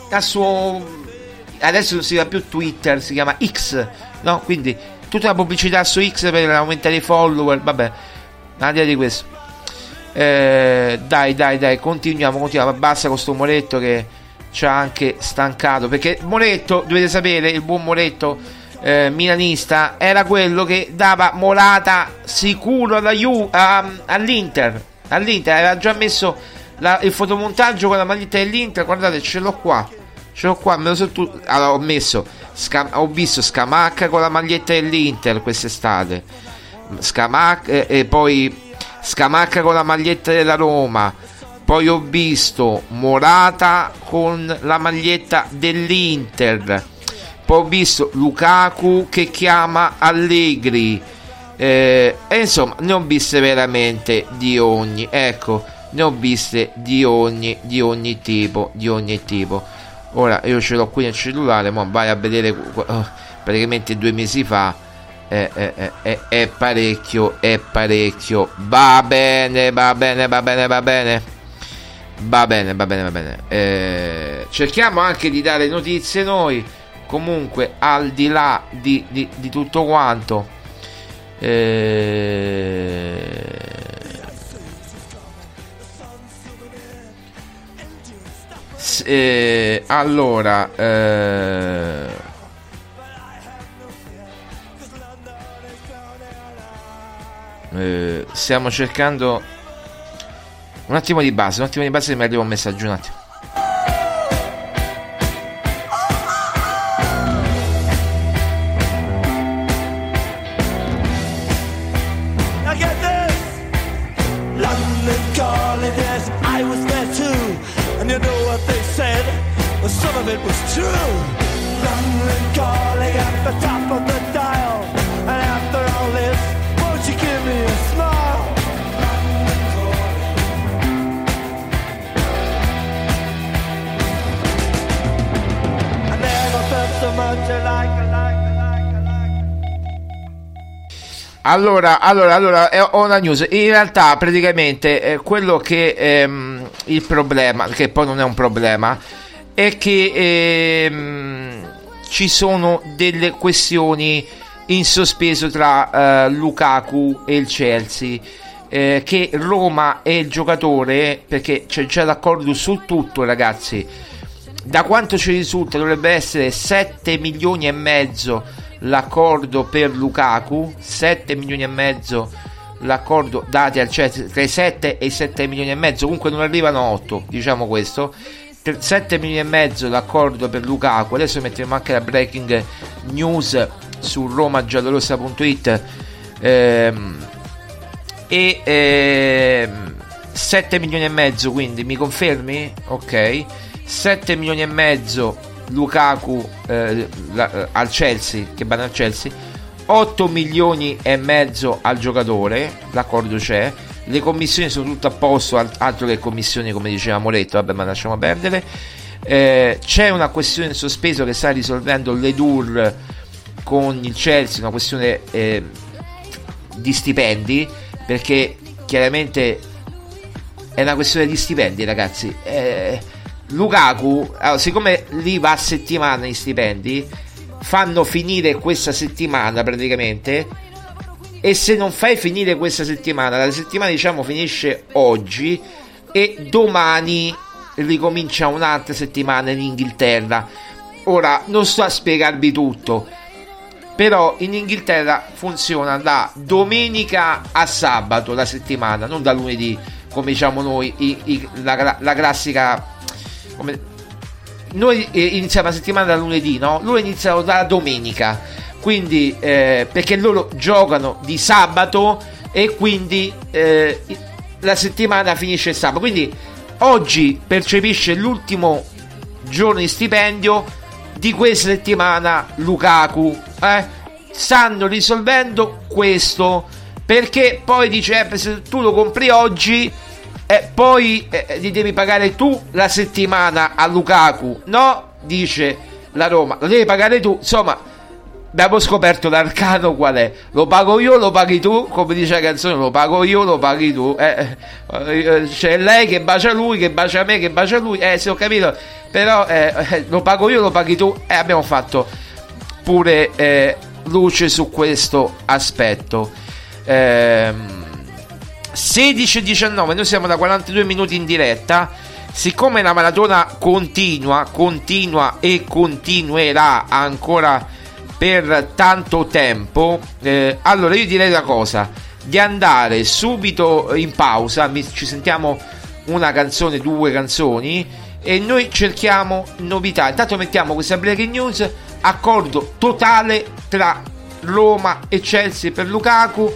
adesso non si chiama più Twitter, si chiama X, no? Quindi tutta la pubblicità su X per aumentare i follower, vabbè, al di là di questo, dai, continuiamo, basta con sto Moretto che ci ha anche stancato, perché Moretto, dovete sapere, il buon Moretto milanista era quello che dava Morata sicuro all'Inter, aveva già messo il fotomontaggio con la maglietta dell'Inter, guardate, ce l'ho qua, me lo so allora, ho visto Scamacca con la maglietta dell'Inter quest'estate, e poi Scamacca con la maglietta della Roma, poi ho visto Morata con la maglietta dell'Inter, poi ho visto Lukaku che chiama Allegri, e insomma ne ho viste veramente di ogni, ecco, ne ho viste di ogni tipo. Ora io ce l'ho qui nel cellulare, ma vai a vedere, praticamente 2 mesi fa, è parecchio, va bene. Cerchiamo anche di dare notizie noi. Comunque, al di là di tutto quanto, allora, stiamo cercando un attimo di base, mi arriva un messaggio, un attimo. Some of it was true. London calling at the top of the dial. And after all this, won't you give me a smile? London Allora, ho una news. In realtà, praticamente, quello che il problema, che poi non è un problema, è che ci sono delle questioni in sospeso tra Lukaku e il Chelsea. Che Roma e il giocatore, perché c'è già d'accordo su tutto, ragazzi. Da quanto ci risulta, dovrebbe essere 7 milioni e mezzo l'accordo per Lukaku, 7 milioni e mezzo l'accordo dati al Chelsea, tra i 7 e i 7 milioni e mezzo, comunque non arrivano a 8, diciamo questo. 7 milioni e mezzo l'accordo per Lukaku. Adesso mettiamo anche la breaking news su romagiallorossa.it. 7 milioni e mezzo, quindi mi confermi? Ok, 7 milioni e mezzo Lukaku al Chelsea, che vanno al Chelsea, 8 milioni e mezzo al giocatore, l'accordo c'è, le commissioni sono tutte a posto, altro che commissioni come diceva Moretto, vabbè, ma lasciamo perdere. C'è una questione in sospeso che sta risolvendo l'Edur con il Chelsea, una questione di stipendi, perché chiaramente è una questione di stipendi, ragazzi. Lukaku, siccome lì va a settimana gli stipendi, fanno finire questa settimana praticamente, e se non fai finire questa settimana, la settimana diciamo finisce oggi e domani ricomincia un'altra settimana in Inghilterra. Ora non sto a spiegarvi tutto, però in Inghilterra funziona da domenica a sabato la settimana, non da lunedì come diciamo noi, la classica. Noi iniziamo la settimana da lunedì, no? Loro iniziano da domenica, quindi perché loro giocano di sabato e quindi la settimana finisce il sabato, quindi oggi percepisce l'ultimo giorno di stipendio di questa settimana Lukaku. Stanno risolvendo questo, perché poi dice se tu lo compri oggi poi gli devi pagare tu la settimana a Lukaku, no? Dice la Roma, lo devi pagare tu. Insomma, abbiamo scoperto l'arcano qual è: lo pago io, lo paghi tu, come dice la canzone, lo pago io, lo paghi tu. C'è lei che bacia lui, che bacia me, che bacia lui, se ho capito, però lo pago io, lo paghi tu, e abbiamo fatto pure luce su questo aspetto. 16:19, noi siamo da 42 minuti in diretta. Siccome la maratona continua e continuerà ancora per tanto tempo, allora io direi una cosa: di andare subito in pausa, ci sentiamo una canzone, due canzoni, e noi cerchiamo novità. Intanto mettiamo questa breaking news: accordo totale tra Roma e Chelsea per Lukaku.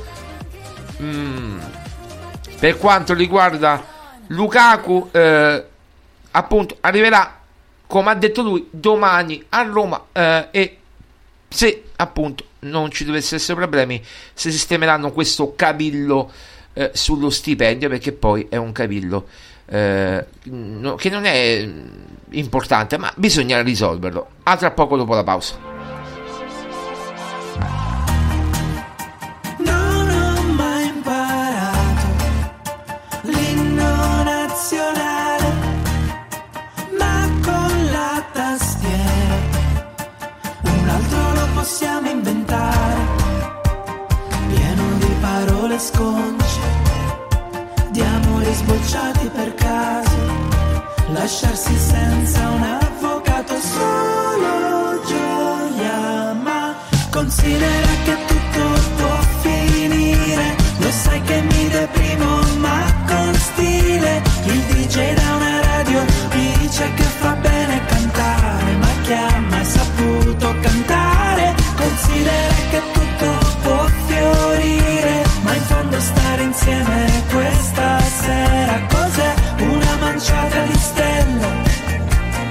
Per quanto riguarda Lukaku, appunto arriverà, come ha detto lui, domani a Roma, e se appunto non ci dovessero essere problemi si sistemeranno questo cavillo sullo stipendio, perché poi è un cavillo che non è importante, ma bisogna risolverlo. A tra poco dopo la pausa. Possiamo inventare, pieno di parole sconce, di amori sbocciati per caso, lasciarsi senza un avvocato, solo gioia, ma considera che tutto può finire, lo sai che mi deprimo ma con stile, il DJ da una radio mi dice che fa bene cantare, ma chi ha mai saputo cantare? Considera che tutto può fiorire, ma in fondo stare insieme questa sera cos'è? Una manciata di stelle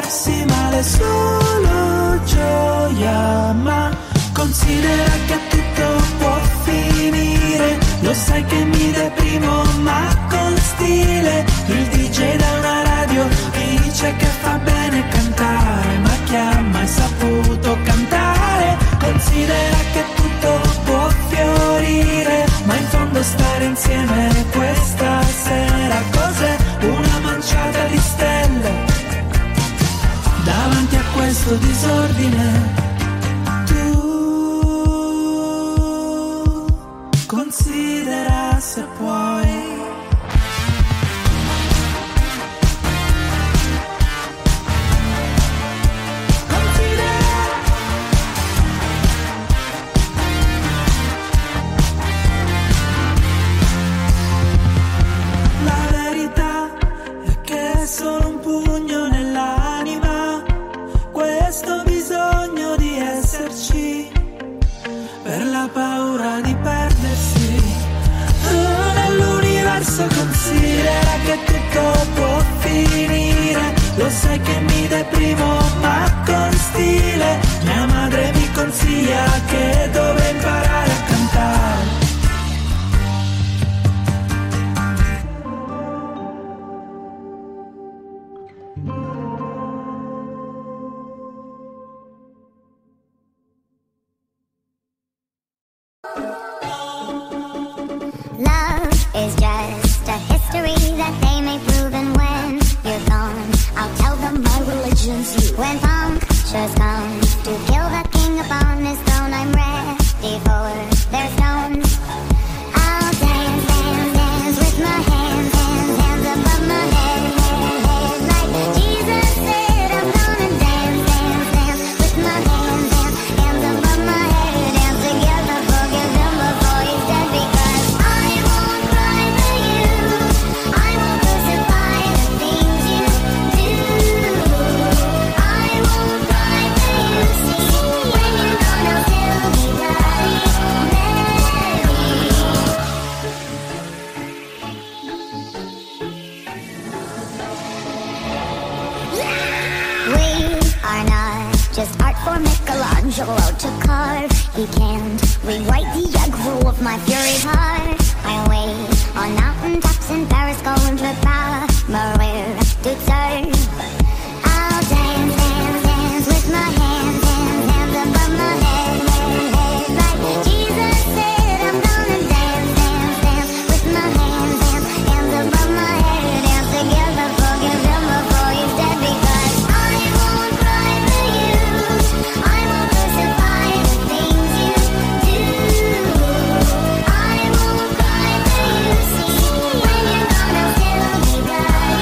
sì, male solo gioia, ma considera che tutto può finire. Lo sai che mi deprimo ma con stile. Il DJ da una radio mi dice che fa bene cantare, ma chi ha mai saputo cantare? Considera che tutto può fiorire, ma in fondo stare insieme questa sera cos'è? Una manciata di stelle davanti a questo disordine. Tu considera se puoi. Solo un pugno nell'anima, questo bisogno di esserci, per la paura di perdersi. Nell'universo considera che tutto può finire. Lo sai che mi deprimo ma con stile. Mia madre mi consiglia che dove imparare a cantare. Love is just a history that they may prove, and when you're gone, I'll tell them my religion's you. When punctures come to kill the king upon his throne, I'm ready for their stones. I'll dance, dance, dance with my hands, hands, hands above my head, head, head. Like Jesus said, I'm gonna dance, dance, dance with my hands, hands, hands above my head. Dance together, forgive him before he's dead, because I won't cry for you. I won't crucify the things you do. I won't cry for you. See, when you're gone, I'll still be bloody Mary. We are not just art for Michelangelo to carve. He can't rewrite the aggro of my fury heart. I wait on mountaintops in Paris, going to Maria to serve. I'll dance, dance, dance with my hands, hands, hands above my head, head, head. Like Jesus said, I'm gonna dance, dance, dance with my hands, hands, hands above my head. Dance together, forgive him before he's dead, because I won't cry for you. I won't crucify the things you do. I won't cry for you. See, when you're gone, I'll still be bloody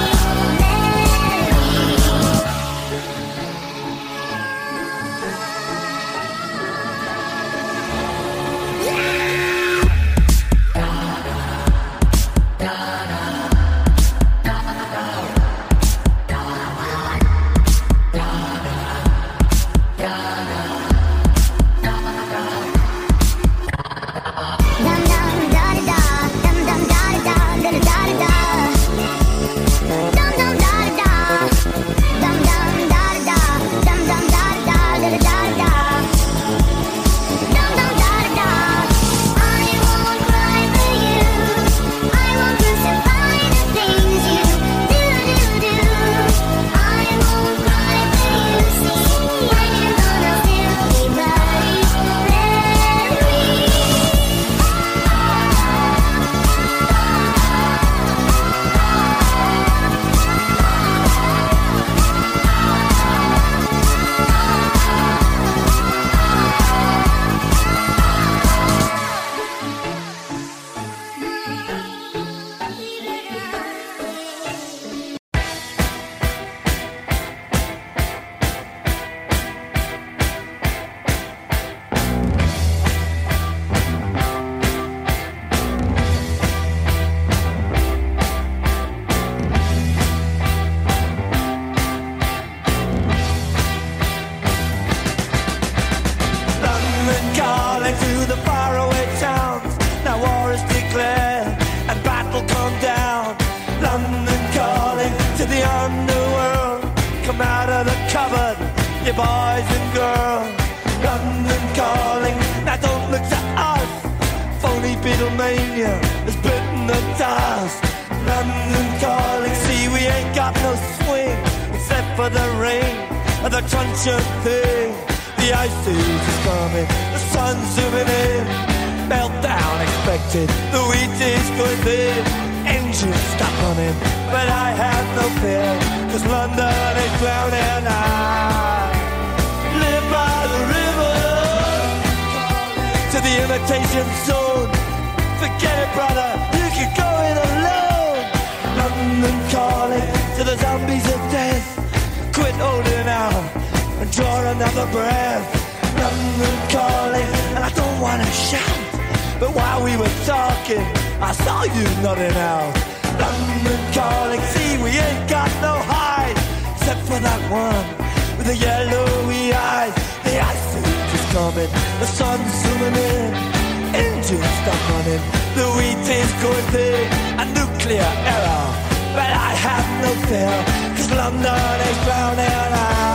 come out of the cupboard, you boys and girls. London calling, now don't look to us. Phony Beatlemania has bitten the dust. London calling, see we ain't got no swing except for the rain and the truncheon thing. The ice age is coming, the sun's zooming in. Meltdown expected, the wheat is going thin. Engines stop running, but I have no fear, 'cause London is drowning. I live by the river, to the imitation zone. Forget it, brother, you can go it alone. London calling to the zombies of death. Quit holding out and draw another breath. London calling, and I don't wanna shout, but while we were talking, I saw you nodding out. London calling, see we ain't got no hide, except for that one with the yellowy eyes. The ice age is coming, the sun's zooming in. Engines stop running, the wheat is going thin. A nuclear error, but I have no fear, 'cause London is drowning.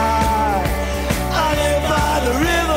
I live by the river.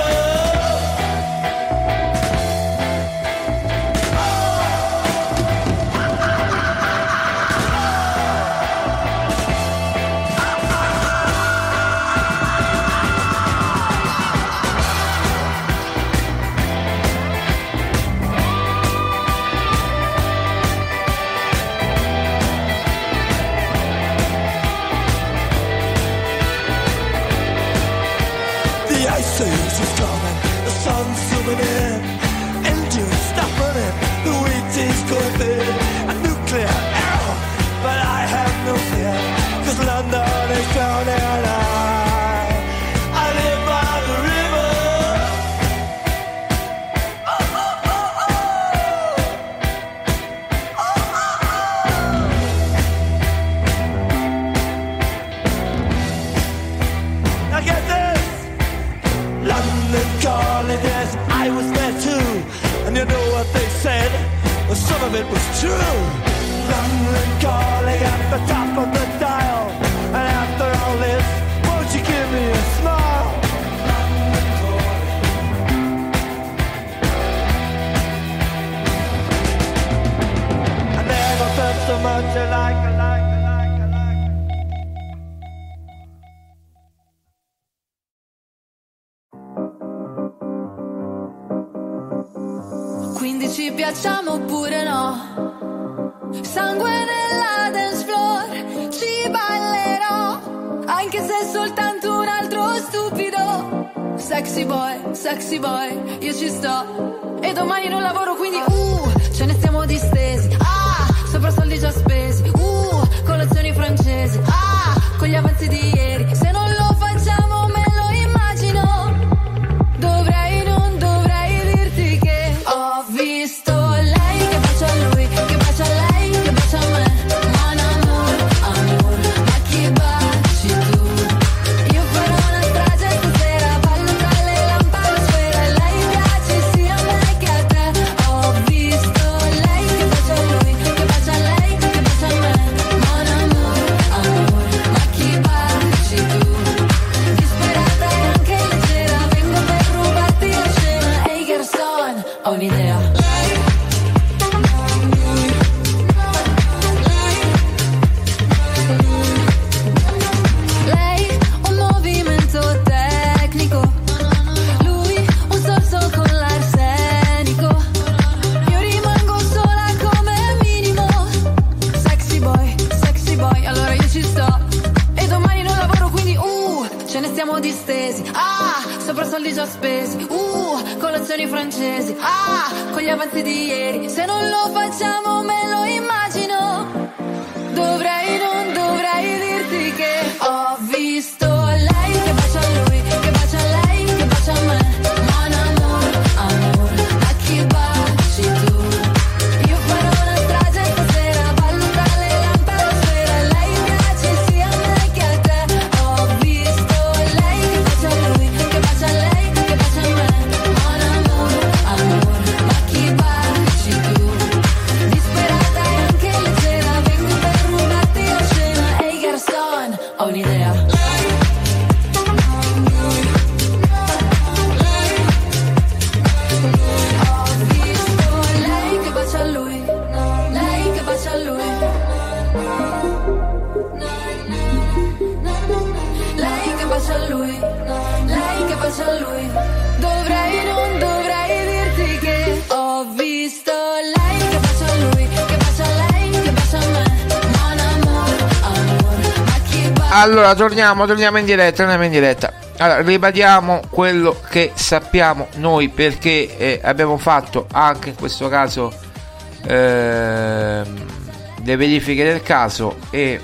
It was true. London calling at the top of the dial, and after all this, won't you give me a smile? London calling. I never felt so much alike. Quindi ci piacciamo oppure no? Sangue nella dance floor, ci ballerò, anche se è soltanto un altro stupido. Sexy boy, io ci sto. E domani non lavoro, quindi ce ne stiamo distesi. Sopra soldi già spesi. Colazioni francesi. Con gli avanzi di ieri. Se non lo facciamo me lo immagino. Non dovrei dirti che ho visto lei che bacia a lui, che bacia a lei, che bacia a me. Mon amour, ma chi baci tu? Io farò una strage stasera, ballo tra le lampadosfere. Lei piace sia a me che a te. Ho visto lei che bacia a lui, che bacia a lei, che bacia a me. Mon amour, ma chi baci tu? Disperata e anche leggera, vengo per rubarti la scena. Ehi garçon, ho un'idea. Lei un movimento tecnico, lui un sorso con l'arsenico. Io rimango sola come minimo. Sexy boy, allora io ci sto. E domani non lavoro, quindi ce ne stiamo distesi. Sopra soldi già spesi. Colazioni francesi. Con gli avanzi di ieri. Se non lo facciamo me lo immagino. Non dovrei dirti che ho visto lei che bacia a lui, che bacia a lei, che bacia a me. Mon amour, ma chi baci tu? Io farò una strage stasera, ballo tra le lampadosfere. Lei piace sia a me che a te. Ho visto lei che bacia a lui, che bacia a lei, che bacia a me. Mon amour, ma chi baci tu? Disperata e anche leggera, vengo per rubarti la scena. Ehi garçon, ho un'idea. lui, lei che bacia lui. Non dovrei dirti che ho visto lei che bacia lui, che bacia lei, che bacia me. Mon amor, amor, ma chi bacia? Allora torniamo in diretta. Allora, ribadiamo quello che sappiamo noi, perché abbiamo fatto anche in questo caso le verifiche del caso e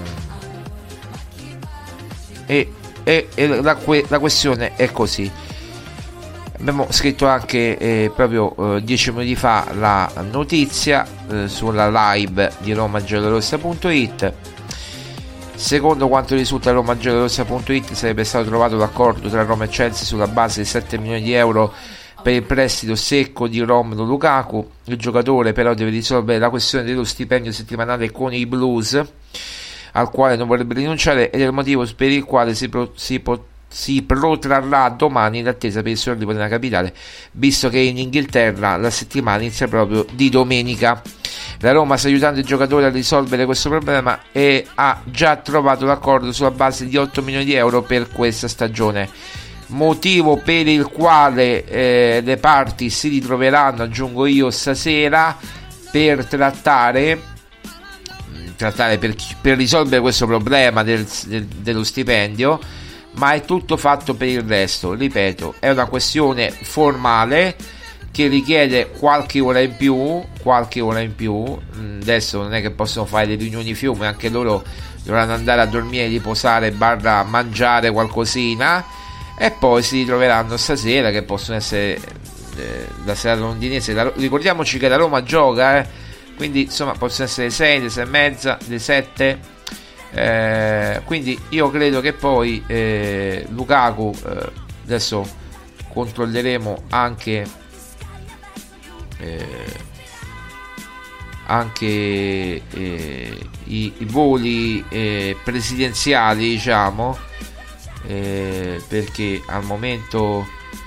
la questione è così. Abbiamo scritto anche proprio 10 minuti fa la notizia sulla live di romagiallorossa.it. Secondo quanto risulta da romagiallorossa.it, sarebbe stato trovato l'accordo tra Roma e Chelsea sulla base di 7 milioni di euro per il prestito secco di Romelu Lukaku. Il giocatore però deve risolvere la questione dello stipendio settimanale con i Blues, al quale non vorrebbe rinunciare, ed è il motivo per il quale si protrarrà domani l'attesa per il sollievo nella capitale, visto che in Inghilterra la settimana inizia proprio di domenica. La Roma sta aiutando il giocatore a risolvere questo problema e ha già trovato l'accordo sulla base di 8 milioni di euro per questa stagione, motivo per il quale le parti si ritroveranno, aggiungo io, stasera per trattare per risolvere questo problema dello stipendio, ma è tutto fatto per il resto. Ripeto, è una questione formale che richiede qualche ora in più. Adesso non è che possono fare le riunioni fiume, anche loro dovranno andare a dormire, riposare, mangiare qualcosina, e poi si ritroveranno stasera, che possono essere la serata londinese. Ricordiamoci che la Roma gioca, quindi insomma possono essere le 6, le 6 e mezza, le 7, quindi io credo che poi Lukaku, adesso controlleremo anche i voli presidenziali, diciamo, perché al momento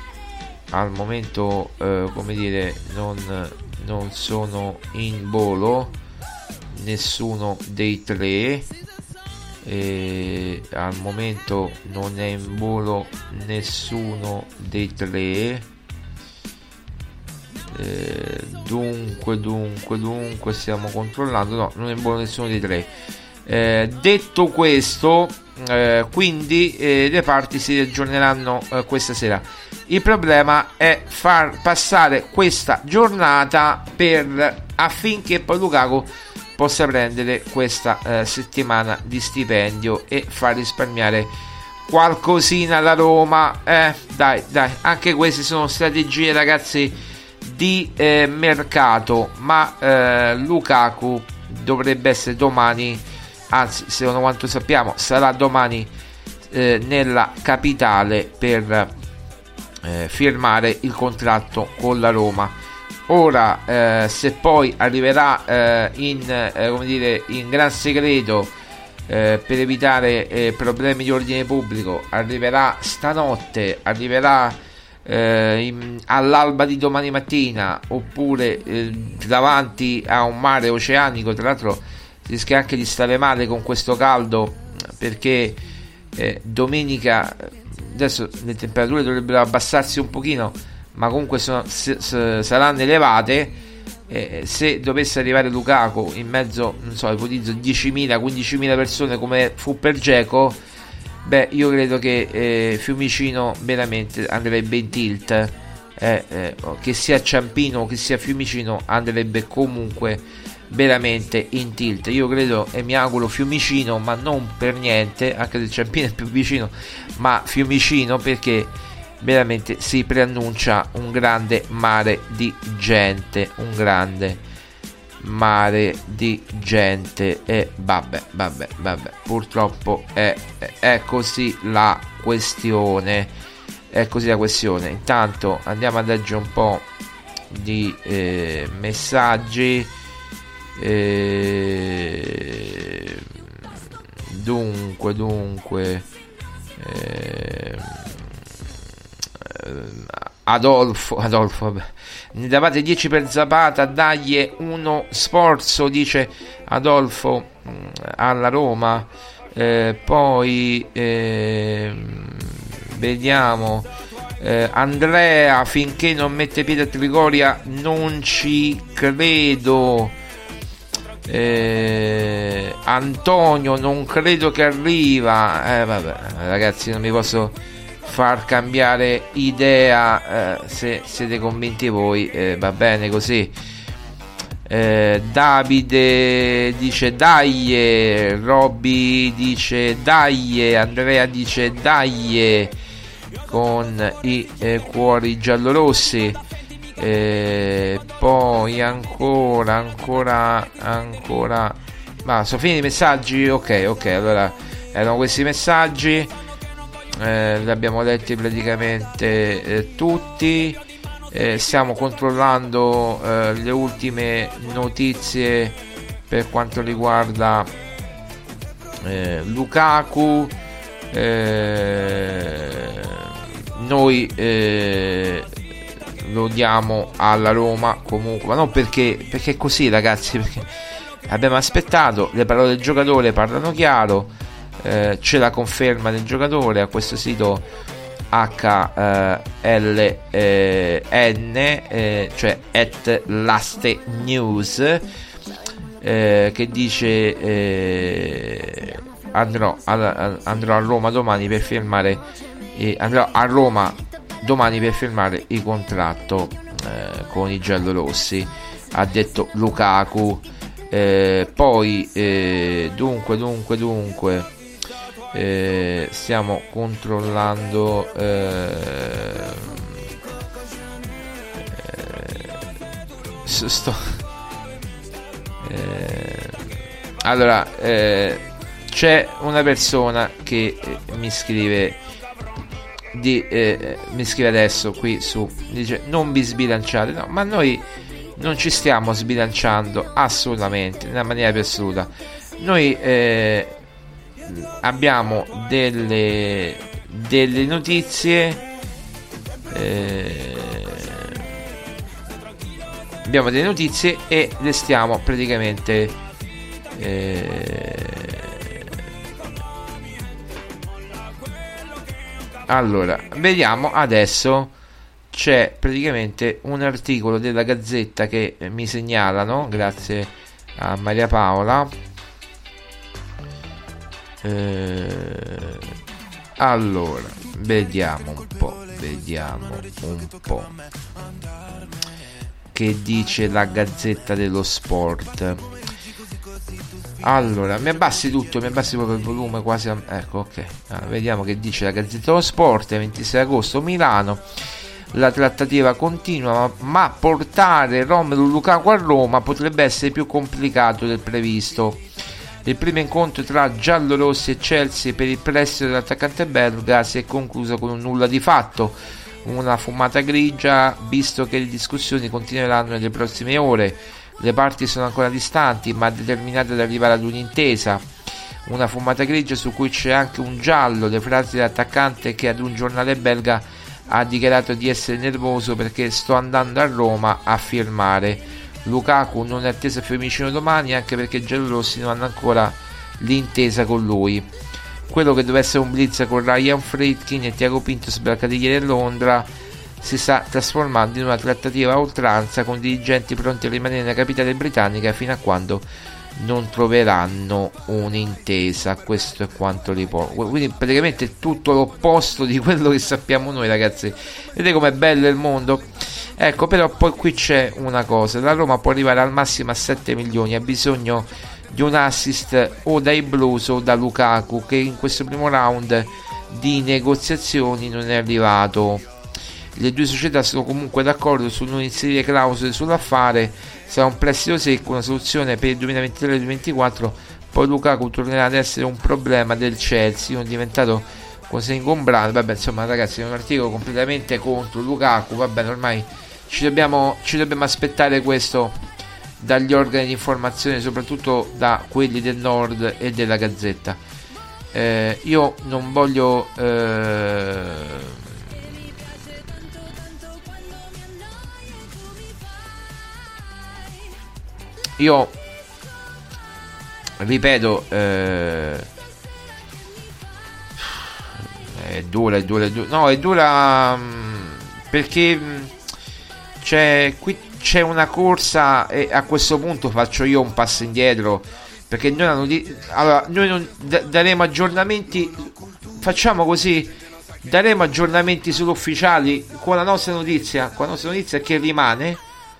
come dire, non sono in volo nessuno dei tre, al momento non è in volo nessuno dei tre. Dunque stiamo controllando, no, non è in volo nessuno dei tre. Detto questo, quindi le parti si aggiorneranno questa sera. Il problema è far passare questa giornata affinché poi Lukaku possa prendere questa settimana di stipendio e far risparmiare qualcosina alla Roma. Dai, anche queste sono strategie, ragazzi, di mercato, ma Lukaku dovrebbe essere domani, anzi secondo quanto sappiamo sarà domani nella capitale per firmare il contratto con la Roma. Ora se poi arriverà in gran segreto per evitare problemi di ordine pubblico, arriverà stanotte, arriverà all'alba di domani mattina, oppure davanti a un mare oceanico. Tra l'altro si rischia anche di stare male con questo caldo, perché domenica adesso le temperature dovrebbero abbassarsi un pochino, ma comunque saranno elevate. Se dovesse arrivare Lukaku in mezzo, non so, ipotizzo 10.000, 15.000 persone come fu per Dzeko, io credo che Fiumicino veramente andrebbe in tilt, che sia Ciampino che sia Fiumicino andrebbe comunque veramente in tilt. Io credo e mi auguro Fiumicino, ma non per niente, anche se Ciampino è più vicino, ma Fiumicino, perché veramente si preannuncia un grande mare di gente, e vabbè, purtroppo è così la questione, Intanto andiamo a leggere un po' di messaggi. Dunque Adolfo, vabbè. Ne davate 10 per Zapata, dagli uno sforzo, dice Adolfo, alla Roma. Poi Vediamo. Andrea, finché non mette piede a Trigoria non ci credo. Antonio, non credo che arriva. Vabbè, ragazzi, non mi posso far cambiare idea. Se siete convinti voi, va bene così. Davide dice dai, Robby dice dai, Andrea dice dai con i cuori giallorossi. Poi ancora ma sono finiti i messaggi? Ok, allora erano questi messaggi, li abbiamo letti praticamente tutti. Stiamo controllando le ultime notizie per quanto riguarda Lukaku. Noi lo diamo alla Roma comunque, ma non perché è così, ragazzi, perché abbiamo aspettato, le parole del giocatore parlano chiaro, c'è la conferma del giocatore a questo sito HLN, cioè @lastenews, che dice andrò a Roma domani per firmare il contratto con i giallorossi, ha detto Lukaku. Poi dunque stiamo controllando allora c'è una persona che mi scrive adesso qui su, dice non vi sbilanciate. No, ma noi non ci stiamo sbilanciando assolutamente, nella maniera più assoluta. Noi abbiamo delle notizie, e le stiamo praticamente allora vediamo adesso. C'è praticamente un articolo della Gazzetta che mi segnalano, grazie a Maria Paola. Allora vediamo un po' che dice la Gazzetta dello Sport. Allora mi abbassi proprio il volume quasi ecco, ok. Vediamo che dice la Gazzetta dello Sport. 26 agosto Milano. La trattativa continua, ma portare Romelu Lukaku a Roma potrebbe essere più complicato del previsto. Il primo incontro tra giallorossi e Chelsea per il prestito dell'attaccante belga si è concluso con un nulla di fatto, una fumata grigia, visto che le discussioni continueranno nelle prossime ore. Le parti sono ancora distanti, ma determinate ad arrivare ad un'intesa. Una fumata grigia su cui c'è anche un giallo, le frasi dell'attaccante che ad un giornale belga ha dichiarato di essere nervoso perché sto andando a Roma a firmare. Lukaku non è atteso a Fiumicino domani, anche perché i giallorossi non hanno ancora l'intesa con lui. Quello che doveva essere un blitz con Ryan Friedkin e Tiago Pinto sbarcati ieri a Londra si sta trasformando in una trattativa a oltranza con dirigenti pronti a rimanere nella capitale britannica fino a quando non troveranno un'intesa. Questo è quanto riporto, quindi praticamente tutto l'opposto di quello che sappiamo noi, ragazzi. Vedete com'è bello il mondo? Ecco, però poi qui c'è una cosa: la Roma può arrivare al massimo a 7 milioni, ha bisogno di un assist o dai Blues o da Lukaku, che in questo primo round di negoziazioni non è arrivato. Le due società sono comunque d'accordo su non inserire clausole sull'affare. Sarà un prestito secco, una soluzione per il 2023-2024. Poi Lukaku tornerà ad essere un problema del Chelsea, non è diventato così ingombrante. Vabbè, insomma, ragazzi, è un articolo completamente contro Lukaku. Va bene, ormai ci dobbiamo aspettare questo dagli organi di informazione, soprattutto da quelli del Nord e della Gazzetta. Io non voglio io ripeto, È dura. No, è dura perché c'è una corsa e a questo punto faccio io un passo indietro, perché noi non daremo aggiornamenti, facciamo così, daremo aggiornamenti solo ufficiali con la nostra notizia che rimane,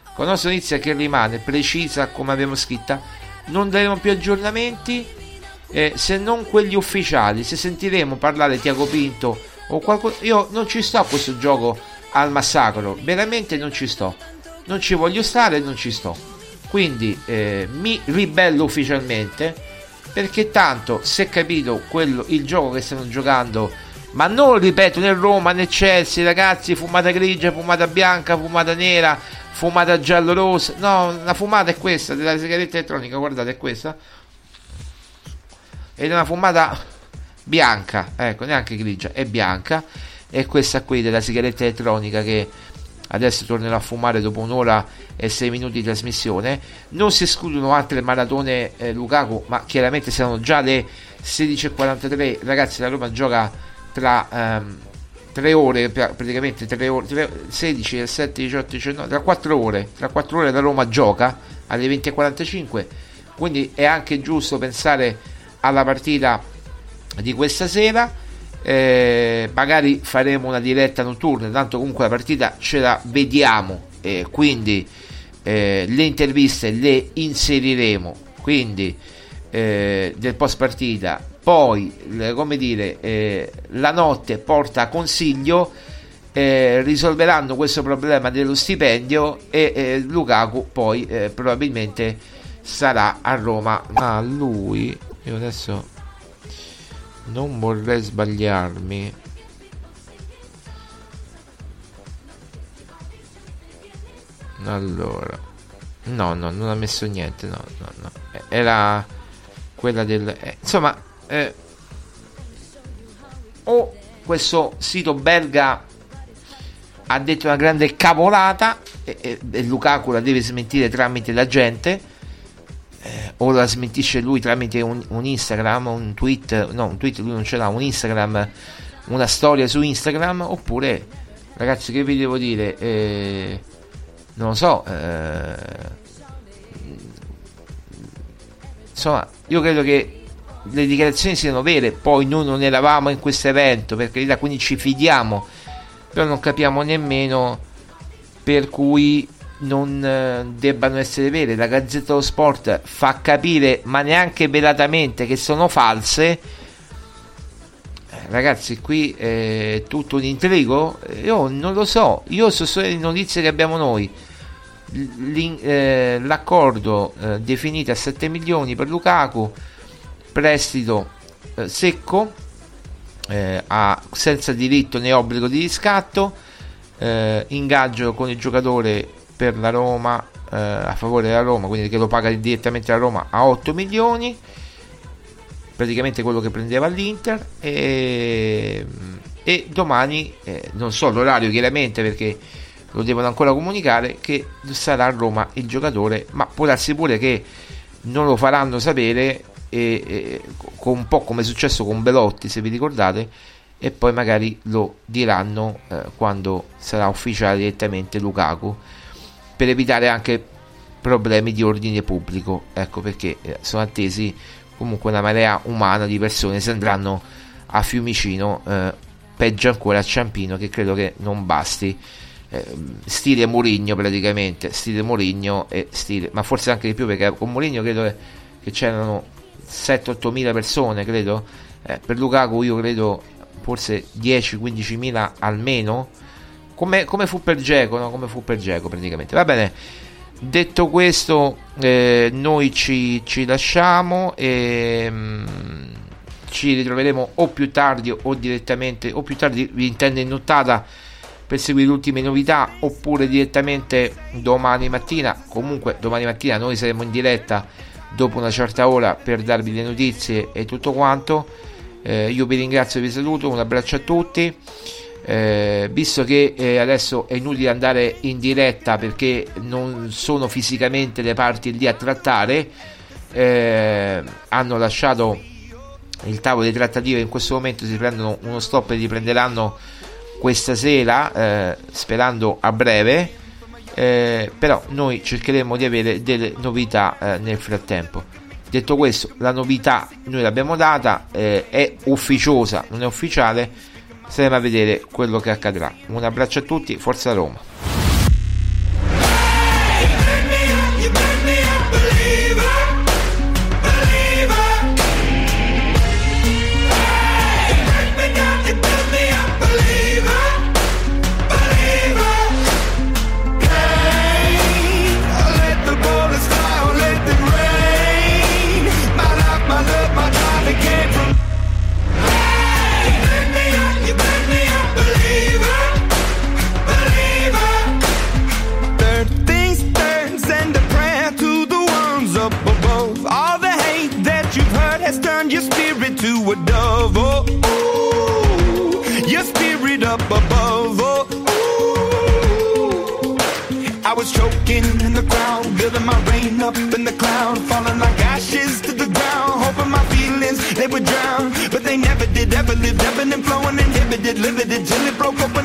precisa come abbiamo scritta. Non daremo più aggiornamenti se non quelli ufficiali. Se sentiremo parlare Tiago Pinto o qualcosa, io non ci sto a questo gioco al massacro, veramente non ci sto, non ci voglio stare, non ci sto. Quindi mi ribello ufficialmente, perché tanto si è capito il gioco che stanno giocando, ma non, ripeto, né Roma né Chelsea, ragazzi. Fumata grigia, fumata bianca, fumata nera, fumata giallo-rossa. No, la fumata è questa della sigaretta elettronica, guardate, è questa, ed è una fumata bianca, ecco, neanche grigia, è bianca. E questa qui della sigaretta elettronica, che adesso tornerò a fumare dopo 1 ora e 6 minuti di trasmissione. Non si escludono altre maratone Lukaku, ma chiaramente saranno già le 16:43. Ragazzi, la Roma gioca tra 3 ore, praticamente 3 ore, 16, 17, 18, 19, tra 4 ore la Roma gioca alle 20:45, quindi è anche giusto pensare alla partita di questa sera. Magari faremo una diretta notturna, tanto comunque la partita ce la vediamo, quindi le interviste le inseriremo, quindi del post partita. Poi come dire, la notte porta consiglio, risolveranno questo problema dello stipendio e Lukaku poi probabilmente sarà a Roma. Lui, io adesso non vorrei sbagliarmi, allora no, non ha messo niente, no, era quella del insomma, o questo sito belga ha detto una grande cavolata e Lukaku la deve smentire tramite la gente, o la smentisce lui tramite un Instagram, un tweet lui non ce l'ha, un Instagram, una storia su Instagram, oppure, ragazzi, che vi devo dire, non lo so, insomma, io credo che le dichiarazioni siano vere. Poi noi non eravamo in questo evento, per carità, quindi ci fidiamo, però non capiamo nemmeno per cui non debbano essere vere. La Gazzetta dello Sport fa capire, ma neanche velatamente, che sono false. Ragazzi, qui è tutto un intrigo. Io non lo so, io so solo le notizie che abbiamo noi. L'accordo definito a 7 milioni per Lukaku, prestito secco, senza diritto né obbligo di riscatto, ingaggio con il giocatore per la Roma, a favore della Roma, quindi che lo paga direttamente la Roma, a 8 milioni, praticamente quello che prendeva all'Inter. E domani, non so l'orario chiaramente, perché lo devono ancora comunicare, che sarà a Roma il giocatore, ma può darsi pure che non lo faranno sapere, con un po' come è successo con Belotti, se vi ricordate, e poi magari lo diranno quando sarà ufficiale direttamente Lukaku, per evitare anche problemi di ordine pubblico, ecco perché sono attesi comunque una marea umana di persone. Se andranno a Fiumicino, peggio ancora a Ciampino, che credo che non basti, stile Mourinho praticamente, ma forse anche di più, perché con Mourinho credo che c'erano 7-8 mila persone, credo. Per Lukaku io credo forse 10-15 mila almeno, come fu per Dzeko, no? Come fu per Dzeko praticamente. Va bene, detto questo, noi ci lasciamo e ci ritroveremo o più tardi o direttamente, o più tardi vi intendo in nottata, per seguire le ultime novità, oppure direttamente domani mattina. Comunque domani mattina noi saremo in diretta dopo una certa ora per darvi le notizie e tutto quanto. Io vi ringrazio e vi saluto, un abbraccio a tutti. Visto che adesso è inutile andare in diretta perché non sono fisicamente le parti lì a trattare, hanno lasciato il tavolo di trattative in questo momento si prendono uno stop e riprenderanno questa sera, sperando a breve, però noi cercheremo di avere delle novità nel frattempo. Detto questo, la novità noi l'abbiamo data, è ufficiosa, non è ufficiale, staremo a vedere quello che accadrà. Un abbraccio a tutti, forza Roma. Your spirit to a dove, oh, ooh, your spirit up above, oh, ooh. I was choking in the crowd, building my rain up in the cloud, falling like ashes to the ground, hoping my feelings, they would drown, but they never did, ever lived, ebbing and flowing, inhibited, limited, till it broke open